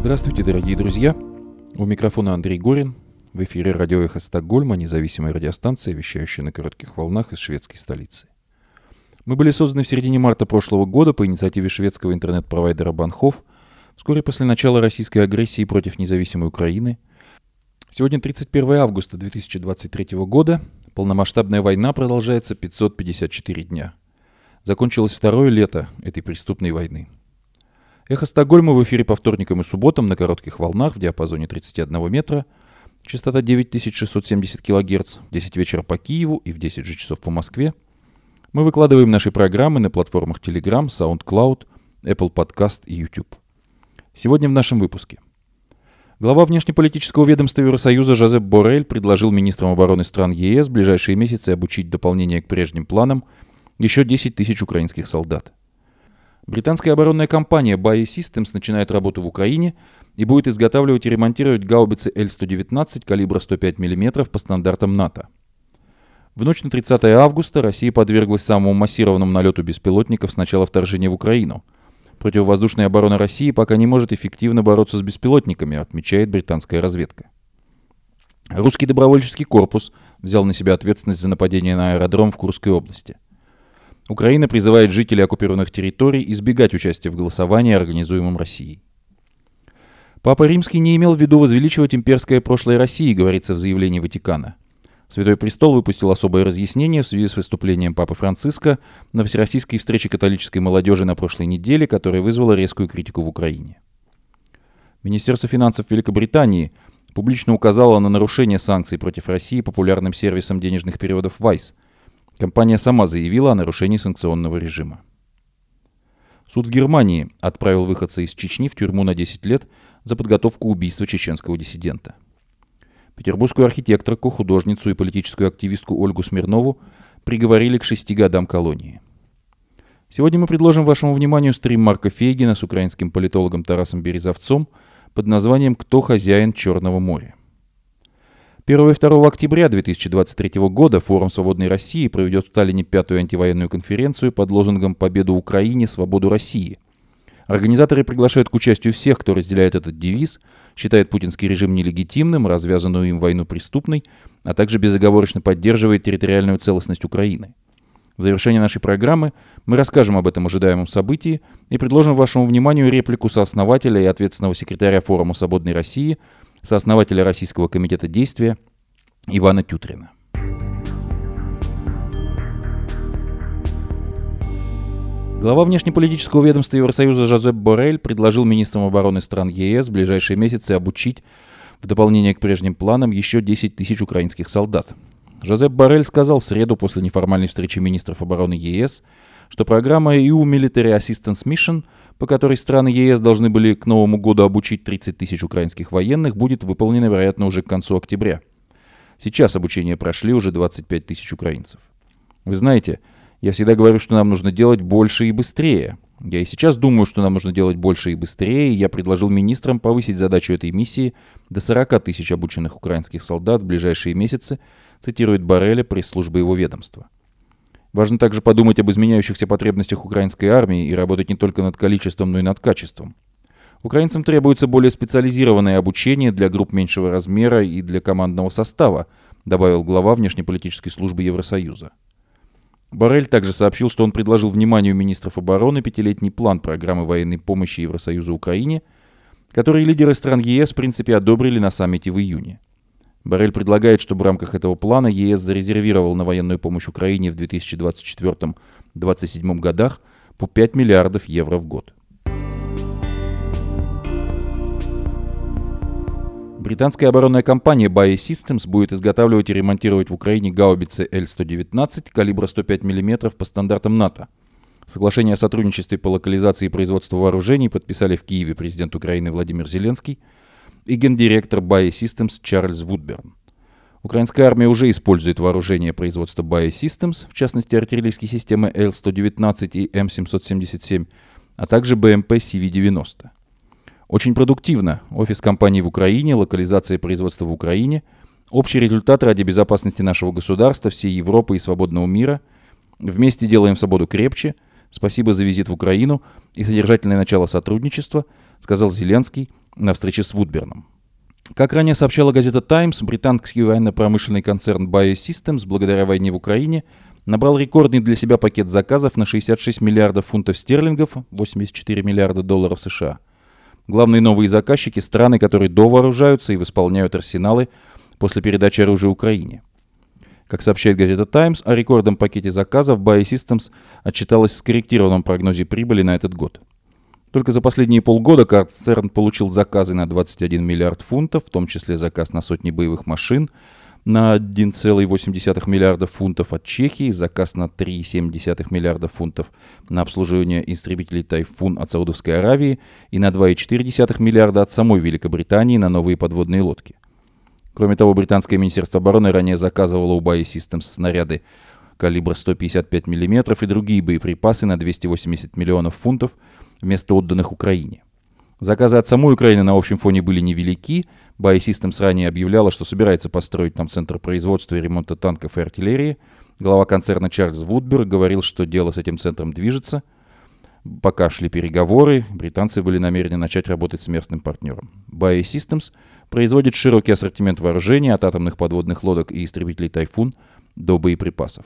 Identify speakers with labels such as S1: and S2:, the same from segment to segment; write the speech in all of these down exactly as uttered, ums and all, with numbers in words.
S1: Здравствуйте, дорогие друзья! У микрофона Андрей Горин. В эфире радио «Эхо Стокгольма», независимая радиостанция, вещающая на коротких волнах из шведской столицы. Мы были созданы в середине марта прошлого года по инициативе шведского интернет-провайдера Банхоф, вскоре после начала российской агрессии против независимой Украины. Сегодня тридцать первое августа две тысячи двадцать третьего года. Полномасштабная война продолжается пятьсот пятьдесят четыре дня. Закончилось второе лето этой преступной войны. «Эхо Стокгольма» в эфире по вторникам и субботам на коротких волнах в диапазоне тридцать один метра, частота девять тысяч шестьсот семьдесят килогерц, в десять вечера по Киеву и в десять же часов по Москве. Мы выкладываем наши программы на платформах Telegram, SoundCloud, Apple Podcast и YouTube. Сегодня в нашем выпуске. Глава внешнеполитического ведомства Евросоюза Жозеп Боррель предложил министрам обороны стран ЕС в ближайшие месяцы обучить в дополнение к прежним планам еще десять тысяч украинских солдат. Британская оборонная компания би эй и Systems начинает работу в Украине и будет изготавливать и ремонтировать гаубицы Л сто девятнадцать калибра сто пять миллиметров по стандартам НАТО. В ночь на тридцатое августа Россия подверглась самому массированному налету беспилотников с начала вторжения в Украину. Противовоздушная оборона России пока не может эффективно бороться с беспилотниками, отмечает британская разведка. Русский добровольческий корпус взял на себя ответственность за нападение на аэродром в Курской области. Украина призывает жителей оккупированных территорий избегать участия в голосовании, организуемом Россией. Папа Римский не имел в виду возвеличивать имперское прошлое России, говорится в заявлении Ватикана. Святой Престол выпустил особое разъяснение в связи с выступлением Папы Франциска на всероссийской встрече католической молодежи на прошлой неделе, которая вызвала резкую критику в Украине. Министерство финансов Великобритании публично указало на нарушение санкций против России популярным сервисом денежных переводов Вайс. Компания сама заявила о нарушении санкционного режима. Суд в Германии отправил выходца из Чечни в тюрьму на десять лет за подготовку убийства чеченского диссидента. Петербургскую архитекторку, художницу и политическую активистку Ольгу Смирнову приговорили к шести годам колонии. Сегодня мы предложим вашему вниманию стрим Марка Фейгина с украинским политологом Тарасом Березовцом под названием «Кто хозяин Черного моря?». первого и второго октября две тысячи двадцать третьего года Форум Свободной России проведет в Таллине пятую антивоенную конференцию под лозунгом «Победу Украине, свободу России». Организаторы приглашают к участию всех, кто разделяет этот девиз, считает путинский режим нелегитимным, развязанную им войну преступной, а также безоговорочно поддерживает территориальную целостность Украины. В завершении нашей программы мы расскажем об этом ожидаемом событии и предложим вашему вниманию реплику сооснователя и ответственного секретаря Форума Свободной России, сооснователя Российского комитета действия Ивана Тютрина. Глава внешнеполитического ведомства Евросоюза Жозеп Боррель предложил министрам обороны стран ЕС в ближайшие месяцы обучить в дополнение к прежним планам еще десять тысяч украинских солдат. Жозеп Боррель сказал в среду после неформальной встречи министров обороны ЕС, что программа и ю Military Assistance Mission, по которой страны ЕС должны были к Новому году обучить тридцать тысяч украинских военных, будет выполнена, вероятно, уже к концу октября. Сейчас обучение прошли уже двадцать пять тысяч украинцев. Вы знаете, я всегда говорю, что нам нужно делать больше и быстрее. Я и сейчас думаю, что нам нужно делать больше и быстрее, и я предложил министрам повысить задачу этой миссии до сорок тысяч обученных украинских солдат в ближайшие месяцы, цитирует Борреля пресс-служба его ведомства. Важно также подумать об изменяющихся потребностях украинской армии и работать не только над количеством, но и над качеством. Украинцам требуется более специализированное обучение для групп меньшего размера и для командного состава, добавил глава внешнеполитической службы Евросоюза. Боррель также сообщил, что он предложил вниманию министров обороны пятилетний план программы военной помощи Евросоюза Украине, который лидеры стран ЕС в принципе одобрили на саммите в июне. Боррель предлагает, чтобы в рамках этого плана ЕС зарезервировал на военную помощь Украине в две тысячи двадцать четвёртом — две тысячи двадцать седьмом годах по пять миллиардов евро в год. Британская оборонная компания би эй и Systems будет изготавливать и ремонтировать в Украине гаубицы Л сто девятнадцать калибра сто пять миллиметров по стандартам НАТО. Соглашение о сотрудничестве по локализации и производству вооружений подписали в Киеве президент Украины Владимир Зеленский и гендиректор би эй и Systems Чарльз Вудберн. Украинская армия уже использует вооружение производства би эй и Systems, в частности артиллерийские системы Л сто девятнадцать и М семьсот семьдесят семь, а также бэ эм пэ Си Ви девяносто. Очень продуктивно. Офис компании в Украине, локализация производства в Украине, общий результат ради безопасности нашего государства, всей Европы и свободного мира. Вместе делаем свободу крепче. Спасибо за визит в Украину и содержательное начало сотрудничества, сказал Зеленский на встрече с Вудберном. Как ранее сообщала газета «Таймс», британский военно-промышленный концерн Biosystems благодаря войне в Украине набрал рекордный для себя пакет заказов на шестьдесят шесть миллиардов фунтов стерлингов, восемьдесят четыре миллиарда долларов США. Главные новые заказчики – страны, которые довооружаются и восполняют арсеналы после передачи оружия Украине. Как сообщает газета «Таймс», о рекордном пакете заказов Biosystems отчиталась в скорректированном прогнозе прибыли на этот год. Только за последние полгода концерн получил заказы на двадцать один миллиард фунтов, в том числе заказ на сотни боевых машин на один целых восемь десятых миллиарда фунтов от Чехии, заказ на три целых семь десятых миллиарда фунтов на обслуживание истребителей «Тайфун» от Саудовской Аравии и на два целых четыре десятых миллиарда от самой Великобритании на новые подводные лодки. Кроме того, британское министерство обороны ранее заказывало у Biosystems снаряды калибра сто пятьдесят пять миллиметров и другие боеприпасы на двести восемьдесят миллионов фунтов вместо отданных Украине. Заказы от самой Украины на общем фоне были невелики. Biosystems ранее объявляла, что собирается построить там центр производства и ремонта танков и артиллерии. Глава концерна Чарльз Вудберг говорил, что дело с этим центром движется. Пока шли переговоры, британцы были намерены начать работать с местным партнером. Biosystems производит широкий ассортимент вооружений от атомных подводных лодок и истребителей «Тайфун» до боеприпасов.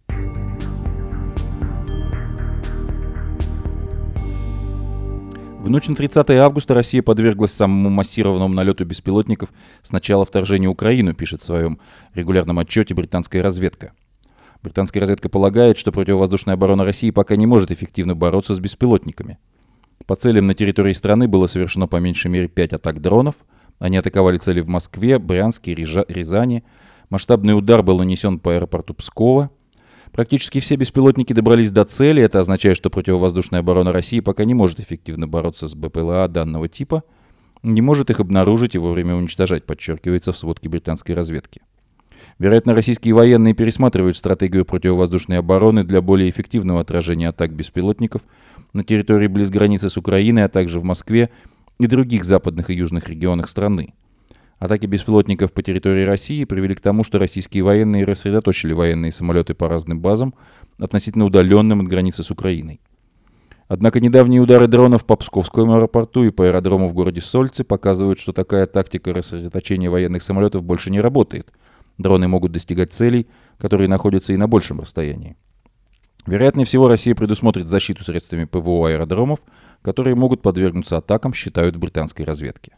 S1: В ночь на тридцатое августа Россия подверглась самому массированному налету беспилотников с начала вторжения в Украину, пишет в своем регулярном отчете британская разведка. Британская разведка полагает, что противовоздушная оборона России пока не может эффективно бороться с беспилотниками. По целям на территории страны было совершено по меньшей мере пять атак дронов. Они атаковали цели в Москве, Брянске, Рязани. Масштабный удар был нанесен по аэропорту Пскова. Практически все беспилотники добрались до цели. Это означает, что противовоздушная оборона России пока не может эффективно бороться с БПЛА данного типа, не может их обнаружить и вовремя уничтожать, подчеркивается в сводке британской разведки. Вероятно, российские военные пересматривают стратегию противовоздушной обороны для более эффективного отражения атак беспилотников на территории близ границы с Украиной, а также в Москве и других западных и южных регионах страны. Атаки беспилотников по территории России привели к тому, что российские военные рассредоточили военные самолеты по разным базам, относительно удаленным от границы с Украиной. Однако недавние удары дронов по Псковскому аэропорту и по аэродрому в городе Сольцы показывают, что такая тактика рассредоточения военных самолетов больше не работает. Дроны могут достигать целей, которые находятся и на большем расстоянии. Вероятнее всего, Россия предусмотрит защиту средствами ПВО аэродромов, которые могут подвергнуться атакам, считают в британской разведке.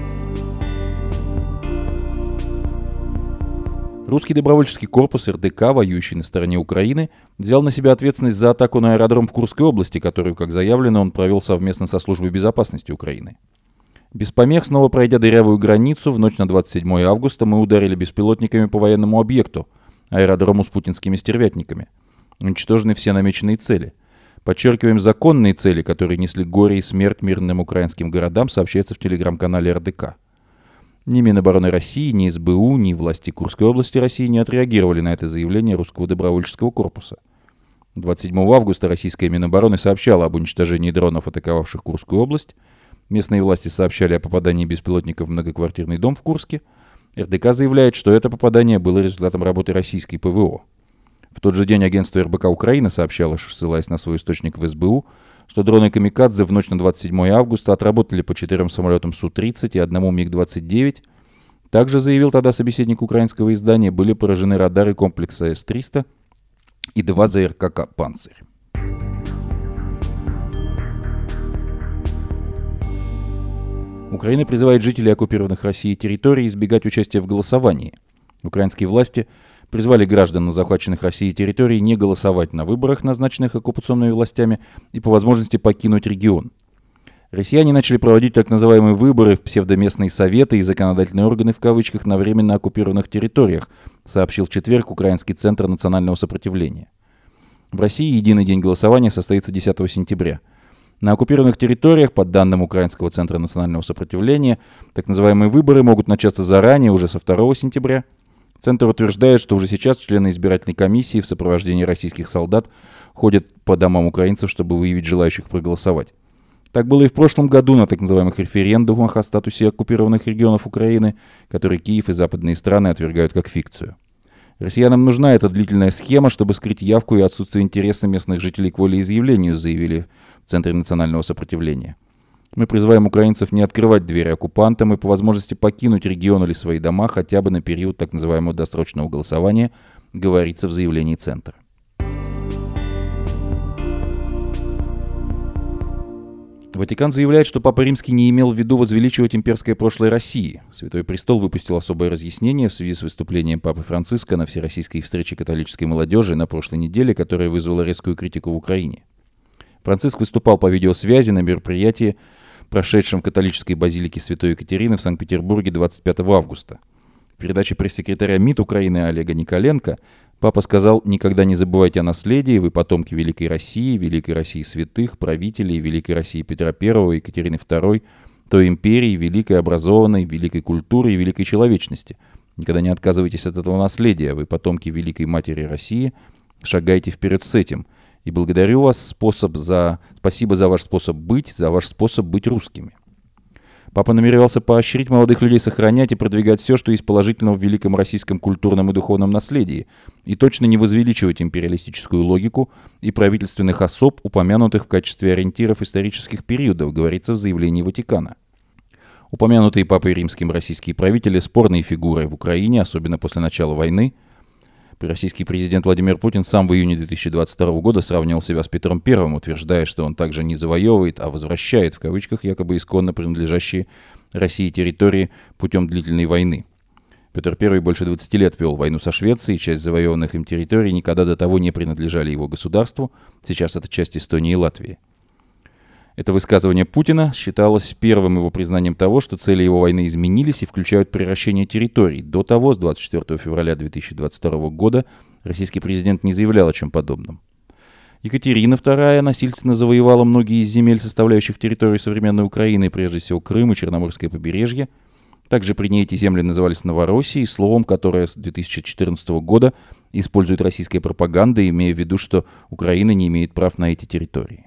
S1: Русский добровольческий корпус эр дэ ка, воюющий на стороне Украины, взял на себя ответственность за атаку на аэродром в Курской области, которую, как заявлено, он провел совместно со Службой безопасности Украины. Без помех, снова пройдя дырявую границу, в ночь на двадцать седьмое августа мы ударили беспилотниками по военному объекту, аэродрому с путинскими стервятниками. Уничтожены все намеченные цели. Подчеркиваем законные цели, которые несли горе и смерть мирным украинским городам, сообщается в телеграм-канале эр дэ ка. Ни Минобороны России, ни эс бэ у, ни власти Курской области России не отреагировали на это заявление русского добровольческого корпуса. двадцать седьмого августа российская Минобороны сообщала об уничтожении дронов, атаковавших Курскую область. Местные власти сообщали о попадании беспилотников в многоквартирный дом в Курске. эр дэ ка заявляет, что это попадание было результатом работы российской пэ вэ о. В тот же день агентство эр бэ ка Украина сообщало, ссылаясь на свой источник в эс бэ у, что дроны «Камикадзе» в ночь на двадцать седьмое августа отработали по четырем самолетам су тридцать и одному миг двадцать девять. Также, заявил тогда собеседник украинского издания, были поражены радары комплекса эс триста и два зэ эр ка «Панцирь». Украина призывает жителей оккупированных Россией территорий избегать участия в голосовании. Украинские власти призвали граждан на захваченных Россией территории не голосовать на выборах, назначенных оккупационными властями, и по возможности покинуть регион. Россияне начали проводить так называемые выборы в псевдоместные советы и законодательные органы в кавычках на временно оккупированных территориях, сообщил в четверг Украинский центр национального сопротивления. В России единый день голосования состоится десятого сентября. На оккупированных территориях, по данным Украинского центра национального сопротивления, так называемые выборы могут начаться заранее, уже со второго сентября. Центр утверждает, что уже сейчас члены избирательной комиссии в сопровождении российских солдат ходят по домам украинцев, чтобы выявить желающих проголосовать. Так было и в прошлом году на так называемых референдумах о статусе оккупированных регионов Украины, которые Киев и западные страны отвергают как фикцию. Россиянам нужна эта длительная схема, чтобы скрыть явку и отсутствие интереса местных жителей к волеизъявлению, заявили в Центре национального сопротивления. Мы призываем украинцев не открывать двери оккупантам и по возможности покинуть регион или свои дома хотя бы на период так называемого досрочного голосования, говорится в заявлении Центра. Ватикан заявляет, что Папа Римский не имел в виду возвеличивать имперское прошлое России. Святой Престол выпустил особое разъяснение в связи с выступлением Папы Франциска на Всероссийской встрече католической молодежи на прошлой неделе, которая вызвала резкую критику в Украине. Франциск выступал по видеосвязи на мероприятии, прошедшем в католической базилике Святой Екатерины в Санкт-Петербурге двадцать пятого августа. В передаче пресс-секретаря МИД Украины Олега Николенко Папа сказал: «Никогда не забывайте о наследии, вы потомки Великой России, Великой России святых, правителей, Великой России Петра Первого, Екатерины Второй, той империи, великой образованной, великой культуры и великой человечности. Никогда не отказывайтесь от этого наследия, вы потомки Великой Матери России, шагайте вперед с этим. И благодарю вас способ за... спасибо за ваш способ быть, за ваш способ быть русскими». Папа намеревался поощрить молодых людей сохранять и продвигать все, что есть положительного в великом российском культурном и духовном наследии, и точно не возвеличивать империалистическую логику и правительственных особ, упомянутых в качестве ориентиров исторических периодов, говорится в заявлении Ватикана. Упомянутые Папой Римским российские правители – спорные фигуры в Украине, особенно после начала войны. Российский президент Владимир Путин сам в июне две тысячи двадцать второго года сравнивал себя с Петром Первым, утверждая, что он также не завоевывает, а возвращает, в кавычках, якобы исконно принадлежащие России территории путем длительной войны. Петр Первый больше двадцати лет вел войну со Швецией, часть завоеванных им территорий никогда до того не принадлежали его государству, сейчас это часть Эстонии и Латвии. Это высказывание Путина считалось первым его признанием того, что цели его войны изменились и включают превращение территорий. До того, с двадцать четвёртого февраля две тысячи двадцать второго года, российский президент не заявлял о чем подобном. Екатерина Вторая насильственно завоевала многие из земель, составляющих территорию современной Украины, прежде всего Крым и Черноморское побережье. Также при ней эти земли назывались Новороссией, словом, которое с две тысячи четырнадцатого года использует российская пропаганда, имея в виду, что Украина не имеет прав на эти территории.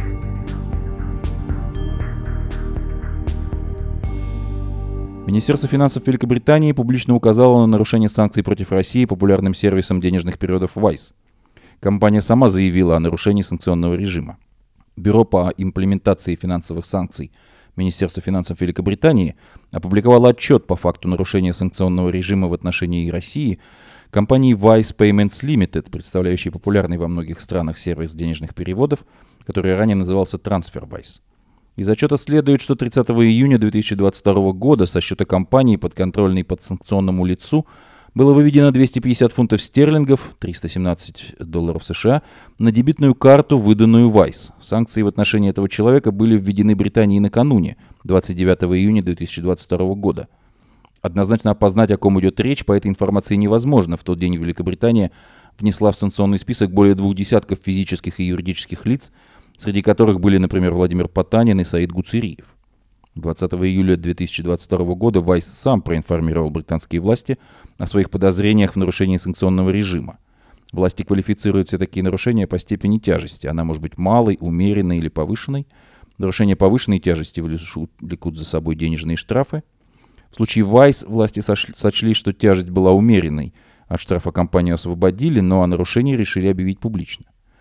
S1: Министерство финансов Великобритании публично указало на нарушение санкций против России популярным сервисом денежных переводов Wise. Компания сама заявила о нарушении санкционного режима. Бюро по имплементации финансовых санкций Министерства финансов Великобритании опубликовало отчет по факту нарушения санкционного режима в отношении России компании Wise Payments Limited, представляющей популярный во многих странах сервис денежных переводов, который ранее назывался TransferWise. Из отчета следует, что тридцатого июня две тысячи двадцать второго года со счета компании, подконтрольной подсанкционному лицу, было выведено двести пятьдесят фунтов стерлингов, триста семнадцать долларов США, на дебетную карту, выданную Wise. Санкции в отношении этого человека были введены Британией накануне, двадцать девятого июня две тысячи двадцать второго года. Однозначно опознать, о ком идет речь, по этой информации невозможно. В тот день Великобритания внесла в санкционный список более двух десятков физических и юридических лиц, среди которых были, например, Владимир Потанин и Саид Гуцериев. двадцатого июля две тысячи двадцать второго года Wise сам проинформировал британские власти о своих подозрениях в нарушении санкционного режима. Власти квалифицируют все такие нарушения по степени тяжести. Она может быть малой, умеренной или повышенной. Нарушения повышенной тяжести влекут за собой денежные штрафы. В случае Wise власти сочли, что тяжесть была умеренной. От штрафа компанию освободили, но о нарушении решили объявить публично.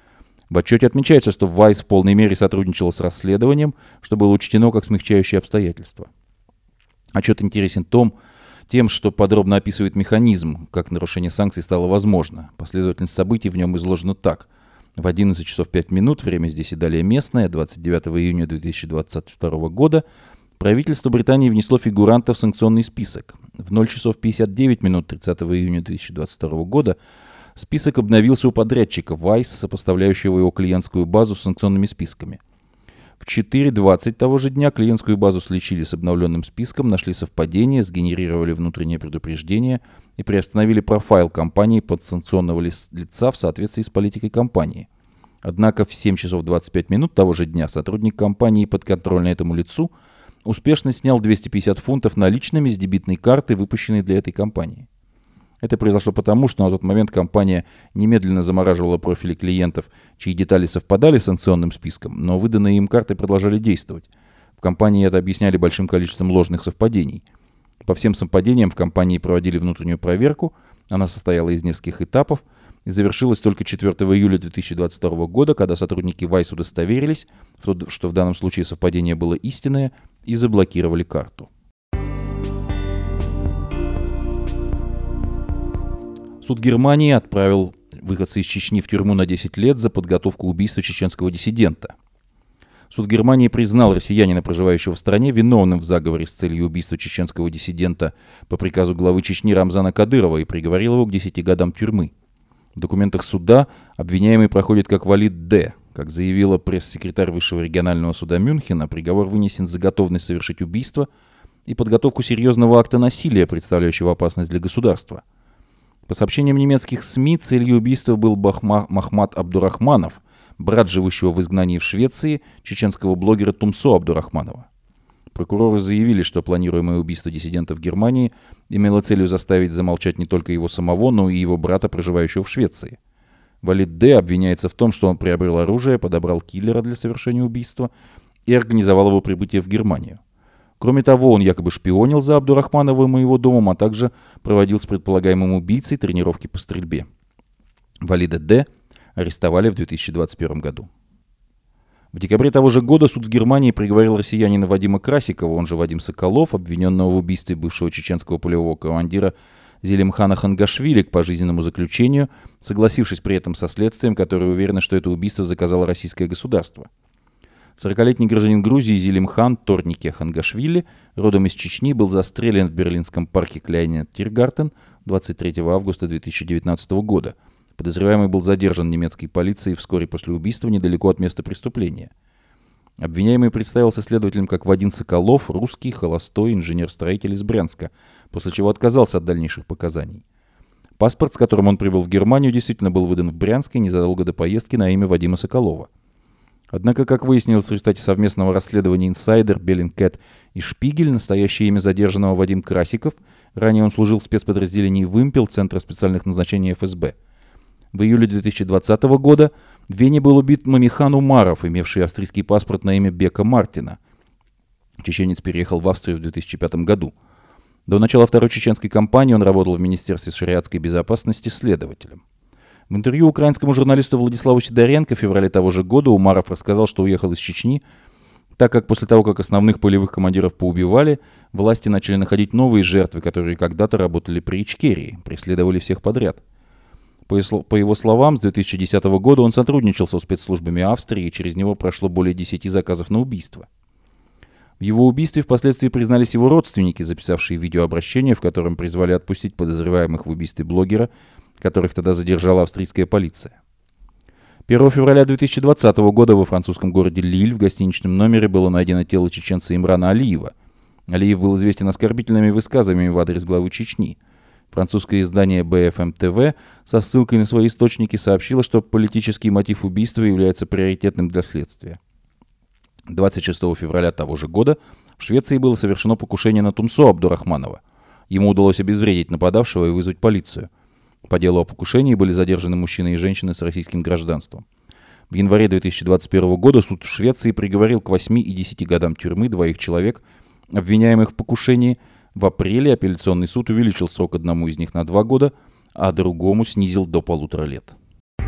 S1: В отчете отмечается, что Wise в полной мере сотрудничала с расследованием, что было учтено как смягчающее обстоятельство. Отчет интересен том, тем, что подробно описывает механизм, как нарушение санкций стало возможно. Последовательность событий в нем изложена так. В одиннадцать часов пять минут, время здесь и далее местное, двадцать девятого июня две тысячи двадцать второго года, правительство Британии внесло фигуранта в санкционный список. В ноль часов пятьдесят девять минут тридцатого июня две тысячи двадцать второго года список обновился у подрядчика Wise, сопоставляющего его клиентскую базу с санкционными списками. В четыре двадцать того же дня клиентскую базу сличили с обновленным списком, нашли совпадение, сгенерировали внутреннее предупреждение и приостановили профайл компании подсанкционного лица в соответствии с политикой компании. Однако в семь часов двадцать пять минут того же дня сотрудник компании, подконтрольный этому лицу, успешно снял двести пятьдесят фунтов наличными с дебетной карты, выпущенной для этой компании. Это произошло потому, что на тот момент компания немедленно замораживала профили клиентов, чьи детали совпадали с санкционным списком, но выданные им карты продолжали действовать. В компании это объясняли большим количеством ложных совпадений. По всем совпадениям в компании проводили внутреннюю проверку, она состояла из нескольких этапов. и завершилась только четвёртого июля две тысячи двадцать второго года, когда сотрудники вайс удостоверились, что в данном случае совпадение было истинное, и заблокировали карту. Суд Германии отправил выходца из Чечни в тюрьму на десять лет за подготовку убийства чеченского диссидента. Суд Германии признал россиянина, проживающего в стране, виновным в заговоре с целью убийства чеченского диссидента по приказу главы Чечни Рамзана Кадырова и приговорил его к десяти годам тюрьмы. В документах суда обвиняемый проходит как Валид Д. Как заявила пресс-секретарь Высшего регионального суда Мюнхена, приговор вынесен за готовность совершить убийство и подготовку серьезного акта насилия, представляющего опасность для государства. По сообщениям немецких СМИ, целью убийства был Бахма, Махмад Абдурахманов, брат живущего в изгнании в Швеции чеченского блогера Тумсо Абдурахманова. Прокуроры заявили, что планируемое убийство диссидента в Германии имело целью заставить замолчать не только его самого, но и его брата, проживающего в Швеции. Валид Д. обвиняется в том, что он приобрел оружие, подобрал киллера для совершения убийства и организовал его прибытие в Германию. Кроме того, он якобы шпионил за Абдурахмановым и его домом, а также проводил с предполагаемым убийцей тренировки по стрельбе. Валида Д. арестовали в две тысячи двадцать первом году. В декабре того же года суд в Германии приговорил россиянина Вадима Красикова, он же Вадим Соколов, обвиненного в убийстве бывшего чеченского полевого командира Зелимхана Хангашвили, к пожизненному заключению, согласившись при этом со следствием, которое уверено, что это убийство заказало российское государство. сорокалетний гражданин Грузии Зелимхан Торнике Хангашвили, родом из Чечни, был застрелен в берлинском парке Кляйне-Тиргартен двадцать третьего августа две тысячи девятнадцатого года. Подозреваемый был задержан немецкой полицией вскоре после убийства недалеко от места преступления. Обвиняемый представился следователем как Вадим Соколов, русский, холостой, инженер-строитель из Брянска, после чего отказался от дальнейших показаний. Паспорт, с которым он прибыл в Германию, действительно был выдан в Брянске незадолго до поездки на имя Вадима Соколова. Однако, как выяснилось в результате совместного расследования «Инсайдер», «Беллинкет» и «Шпигель», настоящее имя задержанного Вадим Красиков, ранее он служил в спецподразделении «Вымпел» Центра специальных назначений эф эс бэ. В июле две тысячи двадцатого года в Вене был убит Мамихан Умаров, имевший австрийский паспорт на имя Бека Мартина. Чеченец переехал в Австрию в две тысячи пятом году. До начала второй чеченской кампании он работал в Министерстве шариатской безопасности следователем. В интервью украинскому журналисту Владиславу Сидоренко в феврале того же года Умаров рассказал, что уехал из Чечни, так как после того, как основных полевых командиров поубивали, власти начали находить новые жертвы, которые когда-то работали при Ичкерии, преследовали всех подряд. По его словам, с две тысячи десятого года он сотрудничал со спецслужбами Австрии, и через него прошло более десяти заказов на убийство. В его убийстве впоследствии признались его родственники, записавшие видеообращение, в котором призвали отпустить подозреваемых в убийстве блогера, которых тогда задержала австрийская полиция. первого февраля две тысячи двадцатого года во французском городе Лиль в гостиничном номере было найдено тело чеченца Имрана Алиева. Алиев был известен оскорбительными высказываниями в адрес главы Чечни. Французское издание бэ эф эм тэ вэ со ссылкой на свои источники сообщило, что политический мотив убийства является приоритетным для следствия. двадцать шестого февраля того же года в Швеции было совершено покушение на Тумсо Абдурахманова. Ему удалось обезвредить нападавшего и вызвать полицию. По делу о покушении были задержаны мужчина и женщина с российским гражданством. В январе две тысячи двадцать первого года суд в Швеции приговорил к восьми и десяти годам тюрьмы двоих человек, обвиняемых в покушении. В апреле апелляционный суд увеличил срок одному из них на два года, а другому снизил до полутора лет.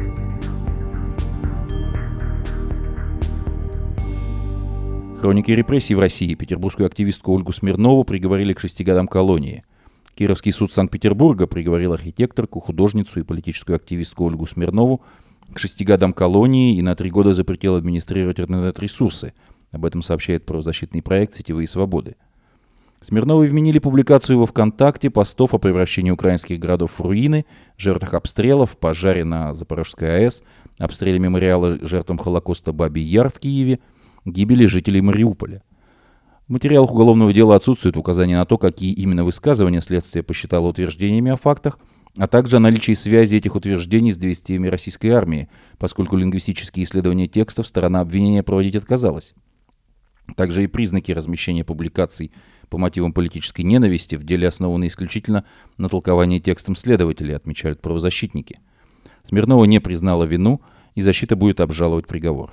S1: Хроники репрессий в России. Петербургскую активистку Ольгу Смирнову приговорили к шести годам колонии. Кировский суд Санкт-Петербурга приговорил архитекторку, художницу и политическую активистку Ольгу Смирнову к шести годам колонии и на три года запретил администрировать интернет-ресурсы. Об этом сообщает правозащитный проект «Сетевые свободы». Смирновой вменили публикацию во ВКонтакте постов о превращении украинских городов в руины, жертвах обстрелов, пожаре на Запорожской АЭС, обстреле мемориала жертвам Холокоста Бабий Яр в Киеве, гибели жителей Мариуполя. В материалах уголовного дела отсутствует указание на то, какие именно высказывания следствие посчитало утверждениями о фактах, а также о наличии связи этих утверждений с действиями российской армии, поскольку лингвистические исследования текстов сторона обвинения проводить отказалась. Также и признаки размещения публикаций по мотивам политической ненависти в деле основаны исключительно на толковании текстом следователей, отмечают правозащитники. Смирнова не признала вину, и защита будет обжаловать приговор.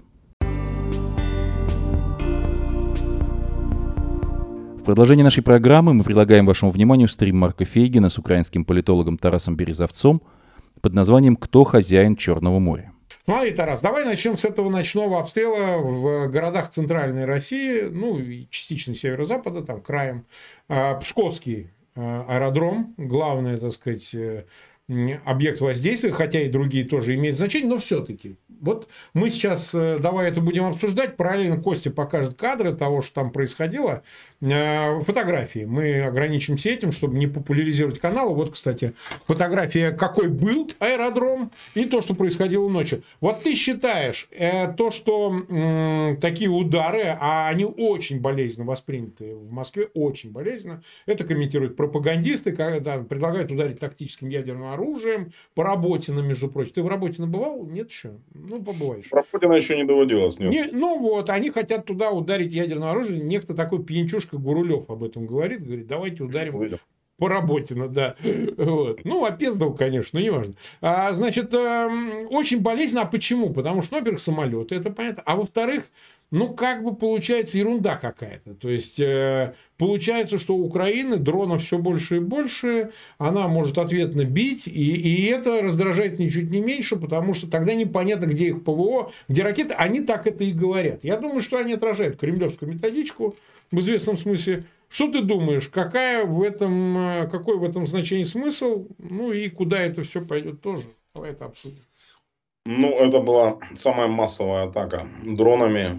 S1: В продолжении нашей программы мы предлагаем вашему вниманию стрим Марка Фейгина с украинским политологом Тарасом Березовцом под названием «Кто хозяин Черного моря?».
S2: Смотри, Тарас, давай начнем с этого ночного обстрела в городах Центральной России, ну и частично Северо-Запада, там краем. Псковский аэродром, главное, так сказать, объект воздействия, хотя и другие тоже имеют значение, но все-таки. Вот мы сейчас, давай это будем обсуждать, параллельно Костя покажет кадры того, что там происходило, фотографии. Мы ограничимся этим, чтобы не популяризировать канал. Вот, кстати, фотография, какой был аэродром и то, что происходило ночью. Вот ты считаешь, то, что м, такие удары, а они очень болезненно восприняты в Москве, очень болезненно, это комментируют пропагандисты, когда предлагают ударить тактическим ядерным оружием, по Работино, между прочим. Ты в Работино бывал? Нет еще? Ну, побываешь.
S3: Про Путина еще не доводилось, нет.
S2: Не, ну вот, они хотят туда ударить ядерное оружие. Некто такой пьянчушка Гурулев об этом говорит. Говорит, давайте ударим
S3: Увидел.
S2: по Работино, да. Вот. Ну, опездал, конечно, но неважно. А, значит, э, очень болезненно. А почему? Потому что, ну, во-первых, самолеты, это понятно. А во-вторых, ну, как бы получается ерунда какая-то. То есть, э, получается, что у Украины дронов все больше и больше, она может ответно бить, и, и это раздражает ничуть не меньше, потому что тогда непонятно, где их ПВО, где ракеты, они так это и говорят. Я думаю, что они отражают кремлевскую методичку в известном смысле. Что ты думаешь, какая в этом, какой в этом значении смысл, ну и куда это все пойдет тоже? Давай это обсудим.
S3: Ну, это была самая массовая атака дронами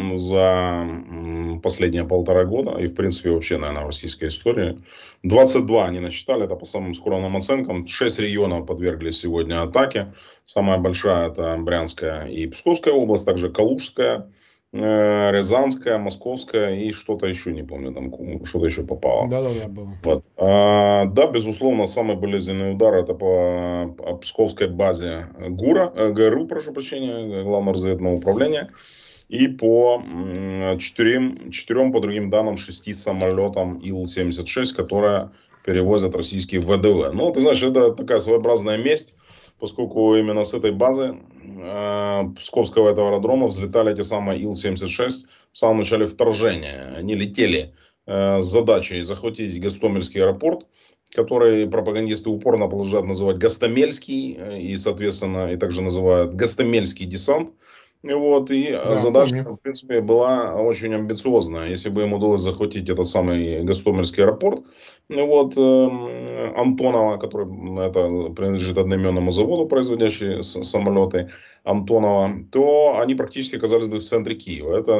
S3: за последние полтора года. И, в принципе, вообще, наверное, в российской истории. двадцать два они насчитали, это по самым скромным оценкам. шесть регионов подверглись сегодня атаке. Самая большая — это Брянская и Псковская область, также Калужская, Рязанская, Московская и что-то еще, не помню, там что-то еще попало.
S2: Да-да-да, было.
S3: Вот. А, да, безусловно, самый болезненный удар — это по, по Псковской базе ГУРа, ГРУ, прошу прощения, Главного разведывательного управления, и по четырем, четырем, по другим данным, шести самолетам Ил семьдесят шесть, которые перевозят российские ВДВ. Ну, ты знаешь, это такая своеобразная месть, поскольку именно с этой базы э, Псковского этого аэродрома взлетали эти самые Ил семьдесят шесть в самом начале вторжения. Они летели э, с задачей захватить Гостомельский аэропорт, который пропагандисты упорно продолжают называть Гостомельский, э, и, соответственно, и также называют Гостомельский десант. Вот, и
S2: Да,
S3: задача,
S2: помню.
S3: в принципе, была очень амбициозная. Если бы им удалось захватить этот самый Гостомельский аэропорт, ну вот, э, Антонова, который это принадлежит одноименному заводу, производящий самолеты Антонова, то они практически оказались бы в центре Киева. Это,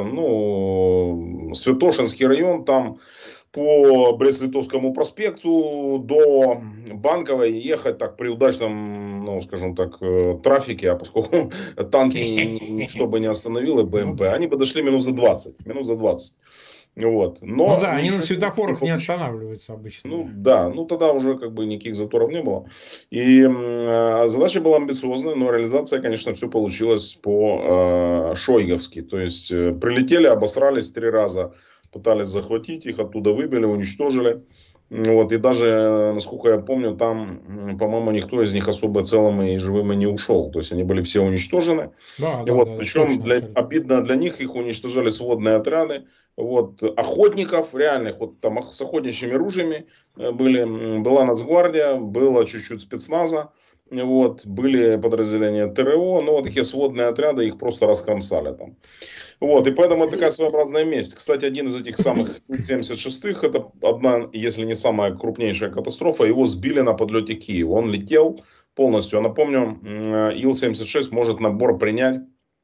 S3: ну, Святошинский район, там по Брест-Литовскому проспекту до Банковой ехать так при удачном, ну, скажем так, трафике, а поскольку танки ничто бы не остановило, БМП, они бы дошли минут за двадцать. Минут за двадцать. Вот. Но
S2: ну да, они на светофорах не, не останавливаются обычно.
S3: Ну да, ну тогда уже как бы никаких заторов не было. И э, задача была амбициозная, но реализация, конечно, все получилось по э, шойговски. То есть э, прилетели, обосрались три раза, пытались захватить их, оттуда выбили, уничтожили. Вот, и даже, насколько я помню, там, по-моему, никто из них особо целым и живым и не ушел. То есть они были все уничтожены.
S2: Да,
S3: и
S2: да,
S3: вот,
S2: да,
S3: причем
S2: точно,
S3: для,
S2: абсолютно.
S3: обидно для них, их уничтожали сводные отряды. Вот, охотников реальных, вот там с охотничьими ружьями были, была Нацгвардия, было чуть-чуть спецназа. Вот, были подразделения ТРО, но вот такие сводные отряды, их просто раскромсали там. Вот, и поэтому это такая своеобразная месть. Кстати, один из этих самых семьдесят шестых, это одна, если не самая крупнейшая катастрофа, его сбили на подлете к Киеву. Он летел полностью. Я напомню, Ил семьдесят шесть может набор принять,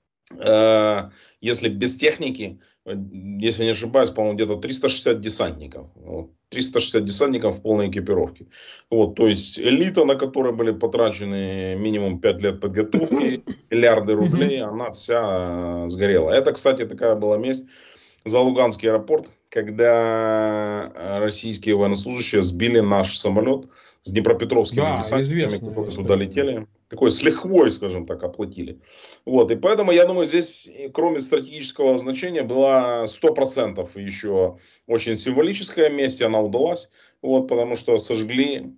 S3: э, если без техники, если не ошибаюсь, по-моему, где-то триста шестьдесят десантников. Вот, триста шестьдесят десантников в полной экипировке. Вот, то есть элита, на которой были потрачены минимум пять лет подготовки, миллиарды рублей, она вся сгорела. Это, кстати, такая была месть за Луганский аэропорт, когда российские военнослужащие сбили наш самолет с днепропетровскими
S2: Да,
S3: десантниками,
S2: известная
S3: которые
S2: история,
S3: туда летели. Такой с лихвой, скажем так, оплатили. Вот, и поэтому, я думаю, здесь, кроме стратегического значения, была сто процентов еще очень символическая месть, она удалась. вот, потому что сожгли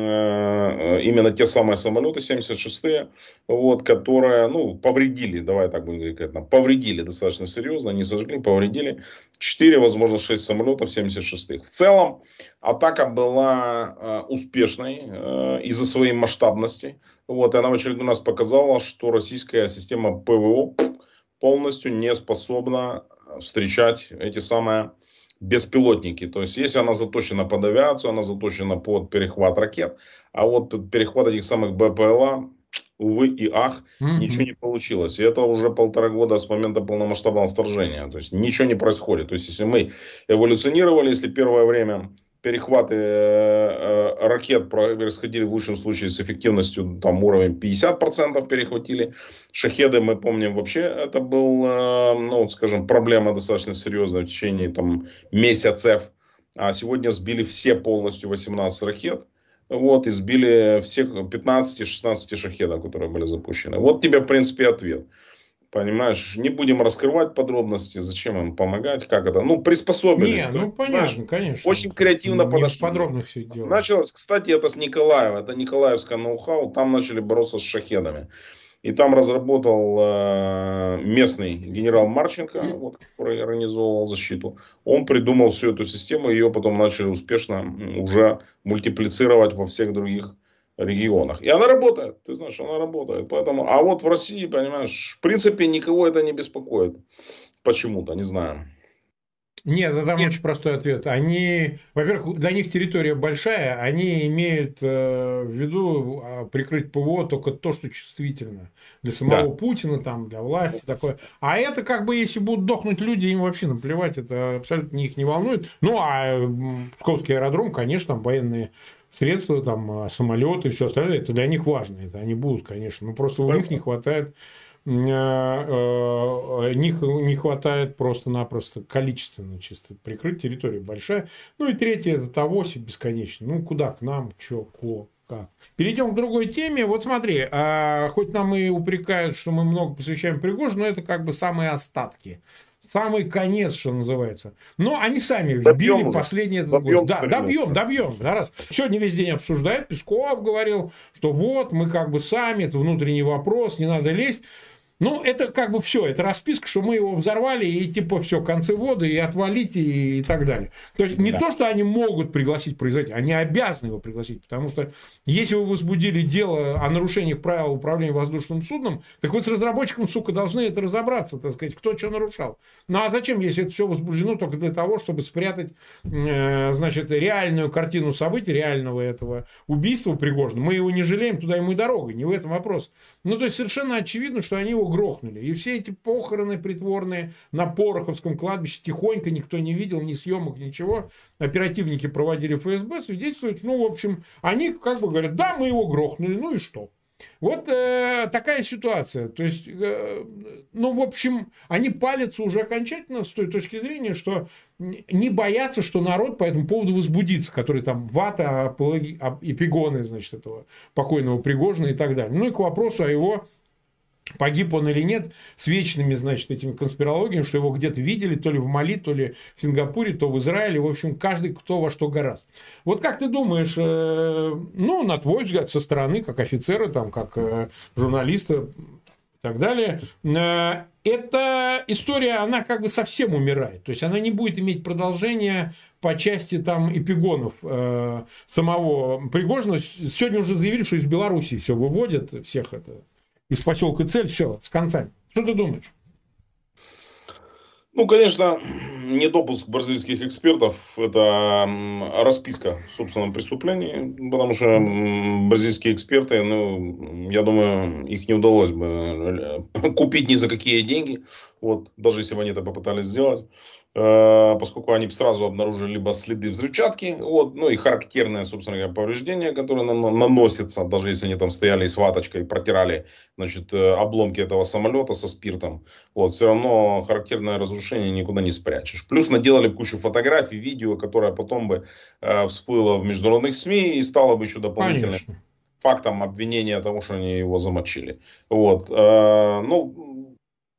S3: э, именно те самые самолеты семьдесят шестые, вот, которые, ну, повредили, давай так будем говорить, как там, повредили достаточно серьезно, не сожгли, повредили четыре, возможно, шесть самолетов семьдесят шестых. В целом, атака была э, успешной э, из-за своей масштабности, вот, и она в очередной раз показала, что российская система ПВО полностью не способна встречать эти самые беспилотники. То есть, если она заточена под авиацию, она заточена под перехват ракет, а вот перехват этих самых БПЛА, увы и ах, ничего не получилось. И это уже полтора года с момента полномасштабного вторжения. То есть, ничего не происходит. То есть, если мы эволюционировали, если первое время перехваты э, ракет происходили в лучшем случае с эффективностью там уровень пятьдесят процентов перехватили. Шахеды, мы помним, вообще это был, э, ну, скажем, проблема достаточно серьезная в течение там месяцев. А сегодня сбили все полностью восемнадцать ракет. Вот, и сбили всех пятнадцать-шестнадцать шахедов, которые были запущены. Вот тебе, в принципе, ответ. Понимаешь, не будем раскрывать подробности, зачем им помогать, как это. Ну, приспособились.
S2: Не, ну
S3: есть,
S2: понятно,
S3: знаешь,
S2: конечно.
S3: очень креативно
S2: Не
S3: подошли.
S2: подробно все дело.
S3: Началось, кстати, это с Николаева, это Николаевское ноу-хау, там начали бороться с шахедами. И там разработал э, местный генерал Марченко, вот, который организовывал защиту. Он придумал всю эту систему, ее потом начали успешно уже мультиплицировать во всех других регионах. И она работает, ты знаешь, она работает. Поэтому, а вот в России, понимаешь, в принципе, никого это не беспокоит. Почему-то, не знаю.
S2: Нет, это там
S3: Нет.
S2: очень простой ответ. Они, во-первых, для них территория большая, они имеют э, в виду а, прикрыть ПВО только то, что чувствительно. Для самого
S3: Да.
S2: Путина, там, для власти такое. А это как бы, если будут дохнуть люди, им вообще наплевать, это абсолютно их не волнует. Ну, а м, Псковский аэродром, конечно, там военные средства, там, самолеты и все остальное, это для них важно. Это они будут, конечно. Но просто у них не хватает них не хватает просто-напросто количественно чисто прикрыть, территория большая. Ну и третье, это Тавоси бесконечно. Ну куда к нам, чё, ко, как. Перейдем к другой теме. Вот смотри, а, хоть нам и упрекают, что мы много посвящаем Пригожину, но это как бы самые остатки. Самый конец, что называется. Но они сами вбили
S3: Добьем
S2: последний
S3: уже.
S2: этот
S3: Добьем
S2: год. Да,
S3: страну.
S2: добьем, добьем. Да, раз. Сегодня весь день обсуждают. Песков говорил, что вот мы как бы сами, это внутренний вопрос, не надо лезть. Ну, это как бы все, это расписка, что мы его взорвали, и типа все, концы воды, и отвалите, и, и так далее. То есть, не
S3: Да.
S2: то, что они могут пригласить производителя, они обязаны его пригласить, потому что если вы возбудили дело о нарушениях правил управления воздушным судном, так вы с разработчиком, сука, должны это разобраться, так сказать, кто что нарушал. Ну, а зачем, если это все возбуждено только для того, чтобы спрятать, э, значит, реальную картину событий, реального этого убийства Пригожина? Мы его не жалеем, туда ему и дорога, не в этом вопрос. Ну, то есть, совершенно очевидно, что они его грохнули. И все эти похороны притворные на Пороховском кладбище тихонько, никто не видел, ни съемок, ничего. Оперативники проводили ФСБ, свидетельствуют. Ну, в общем, они как бы говорят, да, мы его грохнули, ну и что? Вот э, такая ситуация. То есть, э, ну, в общем, они палятся уже окончательно с той точки зрения, что не боятся, что народ по этому поводу возбудится, который там вата, апологи, эпигоны, значит, этого покойного Пригожина и так далее. Ну, и к вопросу о его... Погиб он или нет, с вечными, значит, этими конспирологиями, что его где-то видели, то ли в Мали, то ли в Сингапуре, то в Израиле. В общем, каждый кто во что гораст. Вот как ты думаешь, э, ну, на твой взгляд, со стороны, как офицера, там, как э, журналиста и так далее, э, эта история, она как бы совсем умирает. То есть, она не будет иметь продолжения по части там эпигонов э, самого Пригожина. Сегодня уже заявили, что из Белоруссии все выводят, всех это... из поселка Цель, все, с концами. Что ты думаешь?
S3: Ну, конечно, недопуск бразильских экспертов – это расписка в собственном преступлении, потому что бразильские эксперты, ну, я думаю, их не удалось бы купить ни за какие деньги, вот, даже если бы они это попытались сделать, поскольку они сразу обнаружили либо следы взрывчатки, вот, ну и характерные, собственно говоря, повреждения, которые наносятся, даже если они там стояли с ваточкой и протирали, значит, обломки этого самолета со спиртом, вот, все равно характерное разрушение никуда не спрячешь. Плюс наделали кучу фотографий, видео, которое потом бы э, всплыло в международных СМИ и стало бы еще дополнительным
S2: Конечно.
S3: фактом обвинения того, что они его замочили. Вот, э, ну,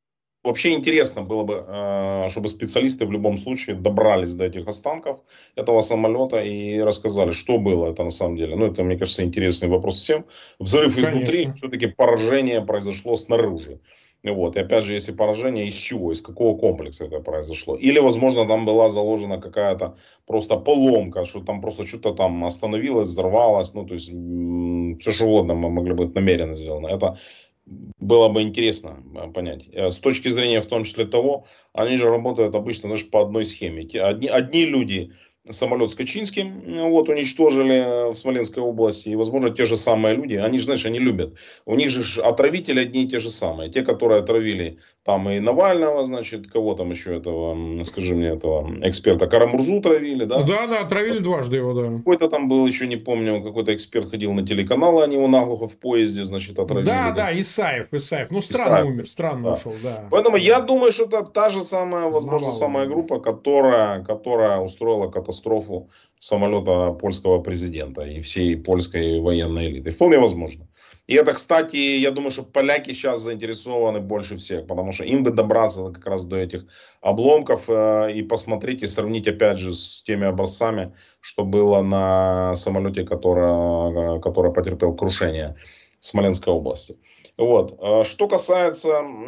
S3: Вообще интересно было бы, э, чтобы специалисты в любом случае добрались до этих останков этого самолета и рассказали, что было это на самом деле. Ну, это, мне кажется, интересный вопрос всем. Взрыв изнутри,
S2: Конечно.
S3: все-таки поражение произошло снаружи. Вот. И опять же, если поражение, из чего, из какого комплекса это произошло. Или, возможно, там была заложена какая-то просто поломка, что там просто что-то там остановилось, взорвалось. Ну, то есть, все что угодно мы могли быть намеренно сделано. Это было бы интересно э, понять. Э, С точки зрения, в том числе того, они же работают обычно, знаешь, по одной схеме. Те- Одни, одни люди самолет с Качинским э, вот, уничтожили в Смоленской области. И, возможно, те же самые люди, они же, знаешь, они любят. У них же ж отравители одни и те же самые. Те, которые отравили там и Навального, значит, кого там еще этого, м, скажи мне, этого эксперта, Карамурзу травили, да?
S2: Да, да, отравили дважды его, да.
S3: Какой-то там был, еще не помню, какой-то эксперт ходил на телеканал, они его наглухо в поезде, значит, отравили.
S2: Да,
S3: Да?
S2: да, Исаев, Исаев. Ну, странно
S3: Исаев.
S2: умер, странно
S3: Да.
S2: ушел, да.
S3: Поэтому я
S2: Да.
S3: думаю, что это та же самая, возможно,
S2: Навалом.
S3: самая группа, которая, которая устроила катастрофу самолета польского президента и всей польской военной элиты. Вполне возможно. И это, кстати, я думаю, что поляки сейчас заинтересованы больше всех, потому что им бы добраться как раз до этих обломков э, и посмотреть и сравнить опять же с теми образцами, что было на самолете, который, который потерпел крушение в Смоленской области. Вот. А что касается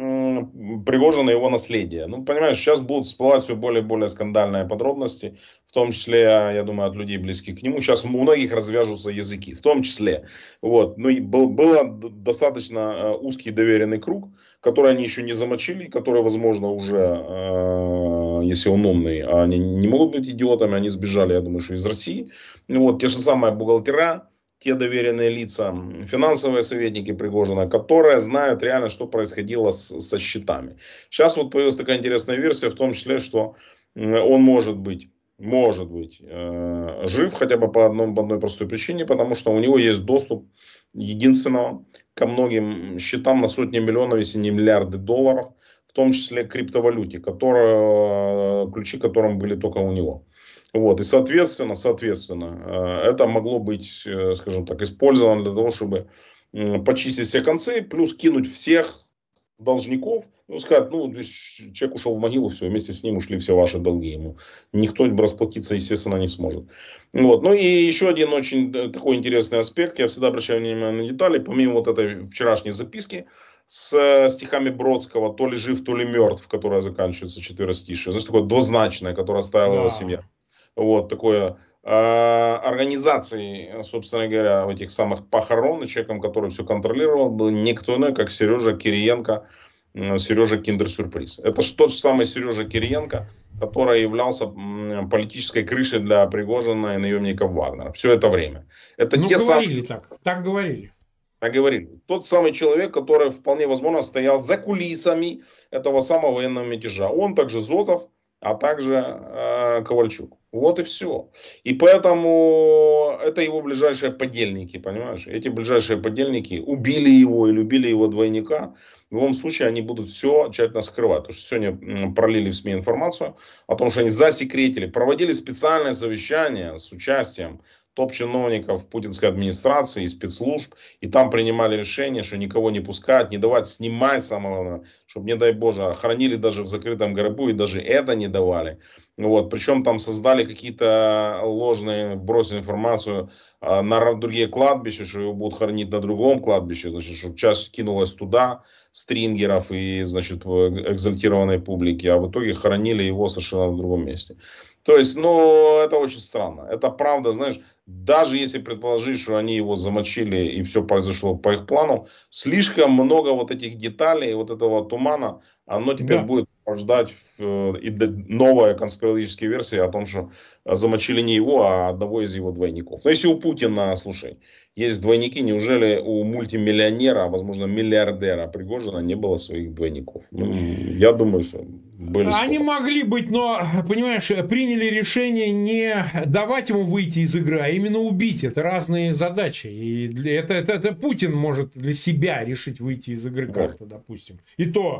S3: м, Пригожина и его наследия. Ну, понимаешь, сейчас будут всплывать все более и более скандальные подробности, в том числе, я думаю, от людей, близких к нему. Сейчас у многих развяжутся языки, в том числе. Вот. Ну, и был, было достаточно э, узкий доверенный круг, который они еще не замочили, который, возможно, уже, э, если он умный, а они не могут быть идиотами, они сбежали, я думаю, что из России. Вот. Те же самые бухгалтера, те доверенные лица, финансовые советники Пригожина, которые знают реально, что происходило с, со счетами. Сейчас вот появилась такая интересная версия, в том числе, что он может быть, может быть э, жив хотя бы по, одной, по одной простой причине, потому что у него есть доступ единственного ко многим счетам на сотни миллионов, если не миллиарды долларов, в том числе криптовалюте, которая, ключи которым были только у него. Вот, и соответственно, соответственно, это могло быть, скажем так, использовано для того, чтобы почистить все концы, плюс кинуть всех должников, ну, сказать, ну, человек ушел в могилу, все, вместе с ним ушли все ваши долги ему. Никто расплатиться, естественно, не сможет. Вот. Ну, и еще один очень такой интересный аспект, я всегда обращаю внимание на детали, помимо вот этой вчерашней записки, с стихами Бродского «То ли жив, то ли мертв», которая заканчивается четверостишие. Знаешь, такое двузначное, которое оставила его семья.
S2: Да.
S3: Вот такое э, организацией, собственно говоря, этих самых похорон, и человеком, который все контролировал, был никто иной, как Сережа Кириенко, э, Сережа Киндер-сюрприз. Это ж тот же самый Сережа Кириенко, который являлся м, политической крышей для Пригожина и наемников Вагнера все это время. Это
S2: Ну,
S3: те
S2: говорили
S3: самые,
S2: так, так говорили.
S3: как говорили, тот самый человек, который вполне возможно стоял за кулисами этого самого военного мятежа. Он также Зотов, а также э, Ковальчук. Вот и все. И поэтому это его ближайшие подельники, понимаешь? Эти ближайшие подельники убили его или убили его двойника. В любом случае они будут все тщательно скрывать. Потому что сегодня пролили в СМИ информацию о том, что они засекретили, проводили специальное совещание с участием топ-чиновников путинской администрации и спецслужб. И там принимали решение, что никого не пускать, не давать снимать, самое главное, чтобы, не дай боже, хранили даже в закрытом гробу, и даже это не давали. Вот. Причем там создали какие-то ложные, бросили информацию а, на другие кладбища, что его будут хоронить на другом кладбище, значит, что часть кинулась туда, стрингеров и, значит, экзальтированной публики, а в итоге хоронили его совершенно в другом месте. То есть, ну, это очень странно. Это правда, знаешь, даже если предположить, что они его замочили и все произошло по их плану, слишком много вот этих деталей, вот этого тумана, оно теперь
S2: Да.
S3: будет ждать и новая конспирологическая версия о том, что замочили не его, а одного из его двойников. Но если у Путина, слушай, есть двойники, неужели у мультимиллионера, а возможно миллиардера Пригожина не было своих двойников? Ну, я думаю, что были
S2: Они
S3: сто.
S2: могли быть, но, понимаешь, приняли решение не давать ему выйти из игры, а именно убить. Это разные задачи. И для, это, это, это Путин может для себя решить выйти из игры
S3: Вот.
S2: как-то, допустим. И то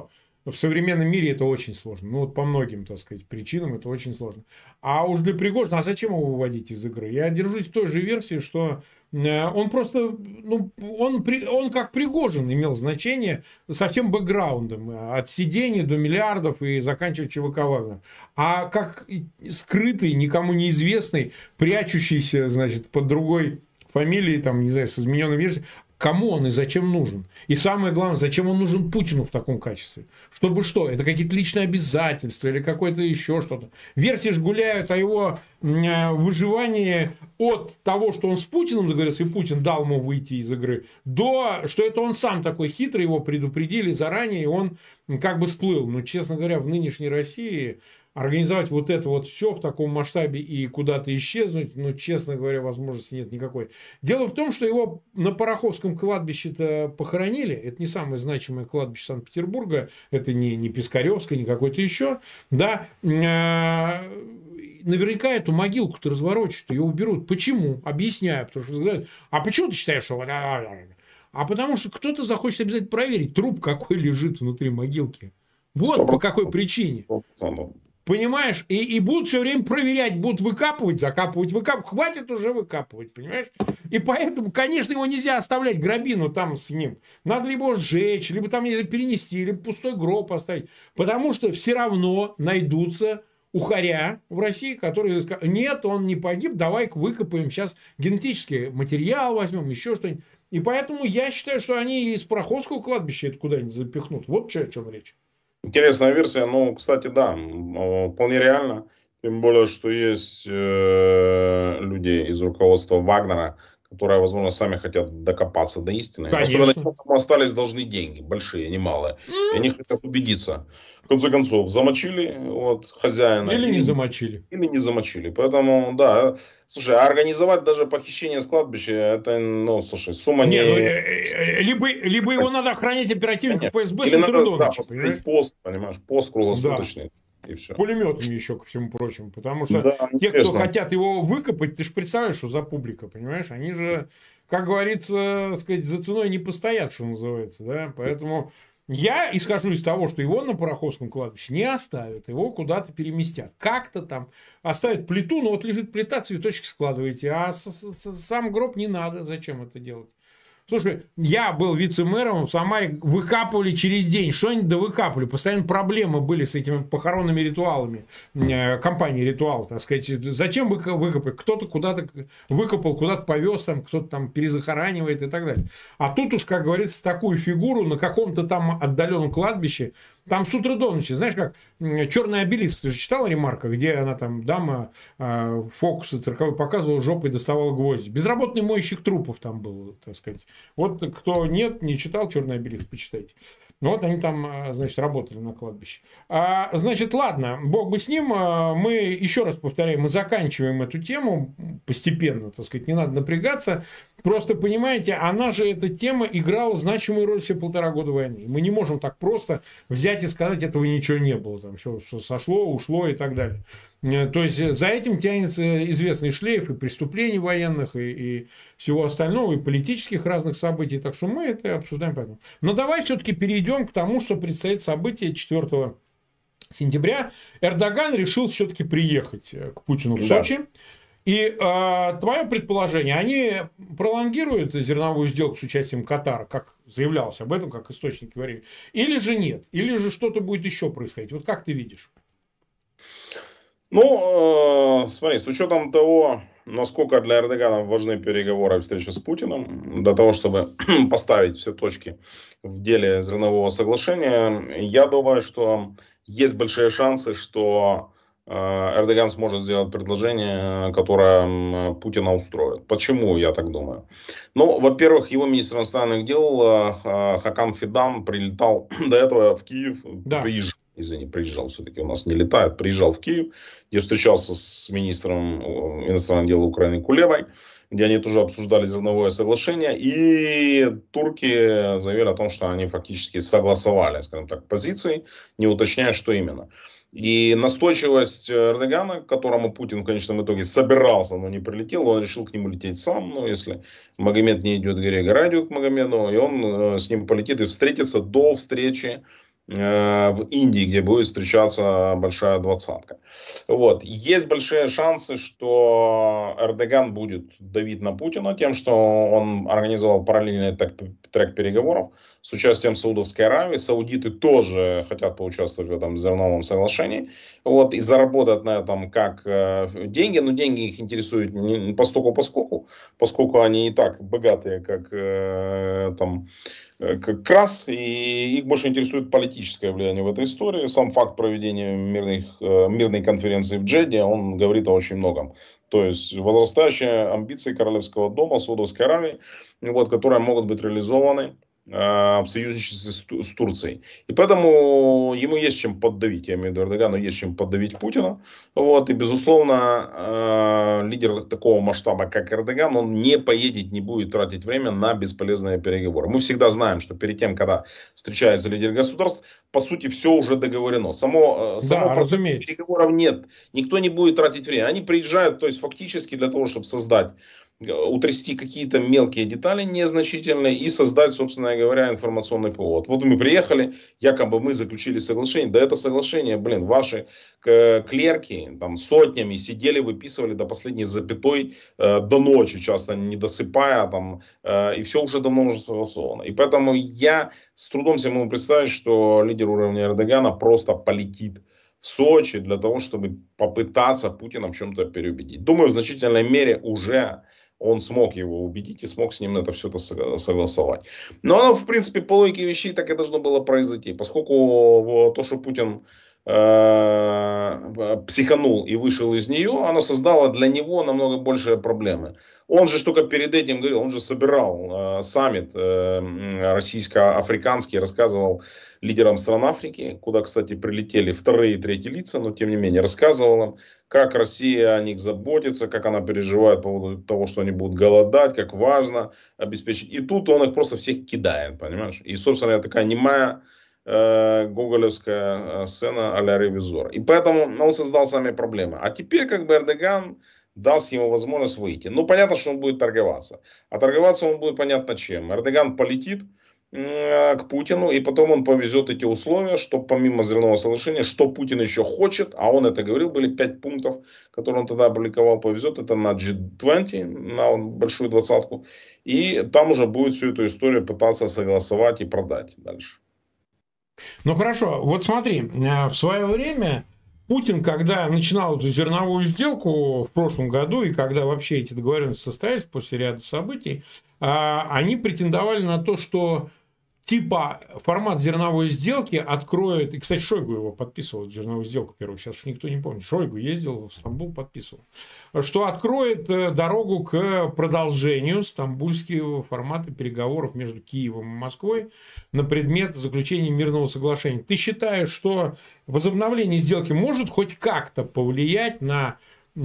S2: в современном мире это очень сложно. Ну, вот по многим, так сказать, причинам это очень сложно. А уж для Пригожина, а зачем его выводить из игры? Я держусь в той же версии, что он просто, ну, он, он как Пригожин имел значение со всем бэкграундом. От сидений до миллиардов и заканчивая ЧВК Вагнер. А как скрытый, никому неизвестный, прячущийся, значит, под другой фамилией, там, не знаю, с измененной версией, кому он и зачем нужен? И самое главное, зачем он нужен Путину в таком качестве? Чтобы что? Это какие-то личные обязательства или какое-то еще что-то. Версии ж гуляют о его выживании от того, что он с Путиным договорился, и Путин дал ему выйти из игры, до, что это он сам такой хитрый, его предупредили заранее, и он как бы сплыл. Но, честно говоря, в нынешней России организовать вот это вот все в таком масштабе и куда-то исчезнуть, ну, честно говоря, возможности нет никакой. Дело в том, что его на Пороховском кладбище-то похоронили. Это не самое значимое кладбище Санкт-Петербурга. Это не, не Пискаревское, не какое-то еще. Да. Наверняка эту могилку-то разворочат, ее уберут. Почему? Объясняю. Потому что говорят, а почему ты считаешь, что... А потому что кто-то захочет обязательно проверить, труп какой лежит внутри могилки. Вот по какой причине. Понимаешь? И, и будут все время проверять, будут выкапывать, закапывать, выкапывать. Хватит уже выкапывать, понимаешь? И поэтому, конечно, его нельзя оставлять гробину там с ним. Надо либо его сжечь, либо там перенести, либо пустой гроб поставить. Потому что все равно найдутся ухаря в России, которые скажут, нет, он не погиб, давай-ка выкопаем, сейчас генетический материал возьмем, еще что-нибудь. И поэтому я считаю, что они из Пороховского кладбища это куда-нибудь запихнут. Вот о чем речь.
S3: Интересная версия, ну, кстати, да, вполне реально. Тем более, что есть э, люди из руководства Вагнера, которые, возможно, сами хотят докопаться до истины.
S2: Конечно.
S3: Особенно кому остались должны деньги, большие, немалые. Mm. И они хотят убедиться. В конце концов, замочили вот, хозяина.
S2: Или не замочили.
S3: Или не замочили. Поэтому, да. Слушай, а организовать даже похищение с кладбища, это, ну, слушай, сумма не...
S2: не... Ну, либо, либо его надо охранять оперативников ФСБ
S3: с утра
S2: да,
S3: поставить пост, понимаешь, пост круглосуточный. Да. И все.
S2: Пулеметами еще, ко всему прочему. Потому что да, те, кто хотят его выкопать, ты же представляешь, что за публика, понимаешь? Они же, как говорится, сказать, за ценой не постоят, что называется. Да? Поэтому я исхожу из того, что его на Пороховском кладбище не оставят, его куда-то переместят. Как-то там оставят плиту, но вот лежит плита, цветочки складываете, а сам гроб не надо. Зачем это делать? Слушай, я был вице-мэром в Самаре, выкапывали через день, что-нибудь да выкапывали. Постоянно проблемы были с этими похоронными ритуалами, э, компании «Ритуал», так сказать. Зачем выкопать? Кто-то куда-то выкопал, куда-то повез, там, кто-то там перезахоранивает и так далее. А тут уж, как говорится, такую фигуру на каком-то там отдаленном кладбище, там с утра до ночи, знаешь, как «Черный обелиск», ты же читал Ремарка, где она там, дама, э, фокусы цирковые показывала, жопой доставала гвозди. Безработный мойщик трупов там был, так сказать. Вот кто нет, не читал «Черный обелиск», почитайте. Ну вот они там, значит, работали на кладбище. А, значит, ладно, бог бы с ним. Мы, еще раз повторяем, мы заканчиваем эту тему постепенно, так сказать, не надо напрягаться. Просто, понимаете, она же, эта тема играла значимую роль все полтора года войны. Мы не можем так просто взять и сказать, этого ничего не было. Там все сошло, ушло и так далее. То есть, за этим тянется известный шлейф и преступлений военных, и, и всего остального, и политических разных событий. Так что мы это обсуждаем поэтому. Но давай все-таки перейдем к тому, что предстоит событие четвёртого сентября. Эрдоган решил все-таки приехать к Путину в Сочи. Да. И э, твое предположение, они пролонгируют зерновую сделку с участием Катара, как заявлялось об этом, как источники говорили, или же нет, или же что-то будет еще происходить? Вот как ты видишь?
S3: Ну, э, смотри, с учетом того, насколько для Эрдогана важны переговоры и встречи с Путиным, для того, чтобы поставить все точки в деле зернового соглашения, я думаю, что есть большие шансы, что Эрдоган сможет сделать предложение, которое Путина устроит. Почему я так думаю? Ну, во-первых, его министр иностранных дел Хакан Фидан прилетал до этого в Киев, да. приезжал, извини, приезжал все-таки, у нас не летает, приезжал в Киев, где встречался с министром иностранных дел Украины Кулебой, где они тоже обсуждали зерновое соглашение, и турки заявили о том, что они фактически согласовали, скажем так, позиции, не уточняя, что именно. И настойчивость Эрдогана, к которому Путин в конечном итоге собирался, но не прилетел, он решил к нему лететь сам. Ну, если Магомед не идет к горе, гора идет к Магомеду, и он с ним полетит и встретится до встречи в Индии, где будет встречаться большая двадцатка. Вот. Есть большие шансы, что Эрдоган будет давить на Путина тем, что он организовал параллельный трек переговоров с участием Саудовской Аравии. Саудиты тоже хотят поучаствовать в этом зерновом соглашении. Вот, и заработать на этом как деньги. Но деньги их интересуют не постольку-поскольку, поскольку они и так богатые, как там как раз, и их больше интересует политическое влияние в этой истории. Сам факт проведения мирных, мирной конференции в Джедде, он говорит о очень многом. То есть возрастающие амбиции Королевского дома, Саудовской Аравии, вот, которые могут быть реализованы в союзничестве с, с Турцией. И поэтому ему есть чем поддавить, я имею в виду Эрдогану, есть чем поддавить Путина. Вот, и, безусловно, лидер такого масштаба, как Эрдоган, он не поедет, не будет тратить время на бесполезные переговоры. Мы всегда знаем, что перед тем, когда встречается лидер государств, по сути, все уже договорено. Само, само
S2: Да,
S3: процесс
S2: разумеется.
S3: переговоров нет. Никто не будет тратить время. Они приезжают, то есть, фактически для того, чтобы создать, утрясти какие-то мелкие детали незначительные и создать, собственно говоря, информационный повод. Вот мы приехали, якобы мы заключили соглашение. Да это соглашение, блин, ваши клерки там сотнями сидели, выписывали до последней запятой э, до ночи, часто не досыпая, там, э, и все уже давно уже согласовано. И поэтому я с трудом себе могу представить, что лидер уровня Эрдогана просто полетит в Сочи для того, чтобы попытаться Путина в чем-то переубедить. Думаю, в значительной мере уже он смог его убедить и смог с ним это все это согласовать. Но оно, в принципе, по логике вещей так и должно было произойти. Поскольку то, что Путин э, психанул и вышел из нее, оно создало для него намного большие проблемы. Он же только перед этим говорил, он же собирал э, саммит э, российско-африканский, рассказывал лидерам стран Африки, куда, кстати, прилетели вторые и третьи лица, но тем не менее рассказывал им, как Россия о них заботится, как она переживает по поводу того, что они будут голодать, как важно обеспечить. И тут он их просто всех кидает, понимаешь? И, собственно, такая немая э, гоголевская сцена а-ля ревизор. И поэтому он создал сами проблемы. А теперь как бы Эрдоган даст ему возможность выйти. Ну, понятно, что он будет торговаться. А торговаться он будет понятно чем. Эрдоган полетит к Путину, и потом он повезет эти условия, что помимо зернового соглашения, что Путин еще хочет, а он это говорил, были пять пунктов, которые он тогда опубликовал, повезет это на джи двадцать, на большую двадцатку, и там уже будет всю эту историю пытаться согласовать и продать дальше.
S2: Ну хорошо, вот смотри, в свое время Путин, когда начинал эту зерновую сделку в прошлом году, и когда вообще эти договоренности состоялись после ряда событий, они претендовали на то, что типа формат зерновой сделки откроет, и, кстати, Шойгу его подписывал, зерновую сделку первую, сейчас уж никто не помнит, Шойгу ездил в Стамбул, подписывал, что откроет дорогу к продолжению стамбульского формата переговоров между Киевом и Москвой на предмет заключения мирного соглашения. Ты считаешь, что возобновление сделки может хоть как-то повлиять на,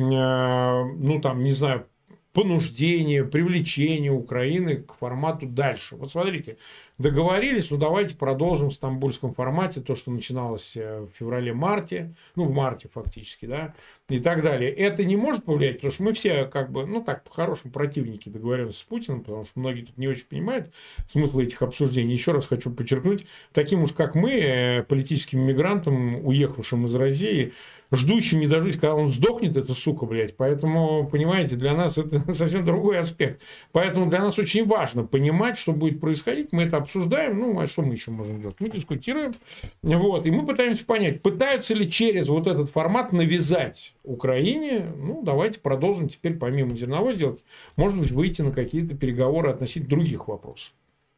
S2: ну там, не знаю, понуждение, привлечение Украины к формату дальше? Вот смотрите, договорились, ну давайте продолжим в стамбульском формате то, что начиналось в феврале-марте, ну в марте фактически, да, и так далее. Это не может повлиять, потому что мы все как бы, ну так, по-хорошему противники договоренности с Путиным, потому что многие тут не очень понимают смысл этих обсуждений. Еще раз хочу подчеркнуть, таким уж как мы, политическим мигрантам, уехавшим из России, ждущим не дождусь, когда он сдохнет, эта сука, блядь. Поэтому, понимаете, для нас это совсем другой аспект. Поэтому для нас очень важно понимать, что будет происходить. Мы это обсуждаем. Ну, а что мы еще можем делать? Мы дискутируем. Вот. И мы пытаемся понять, пытаются ли через вот этот формат навязать Украине. Ну, давайте продолжим теперь, помимо зерновой сделки, может быть, выйти на какие-то переговоры относительно других вопросов.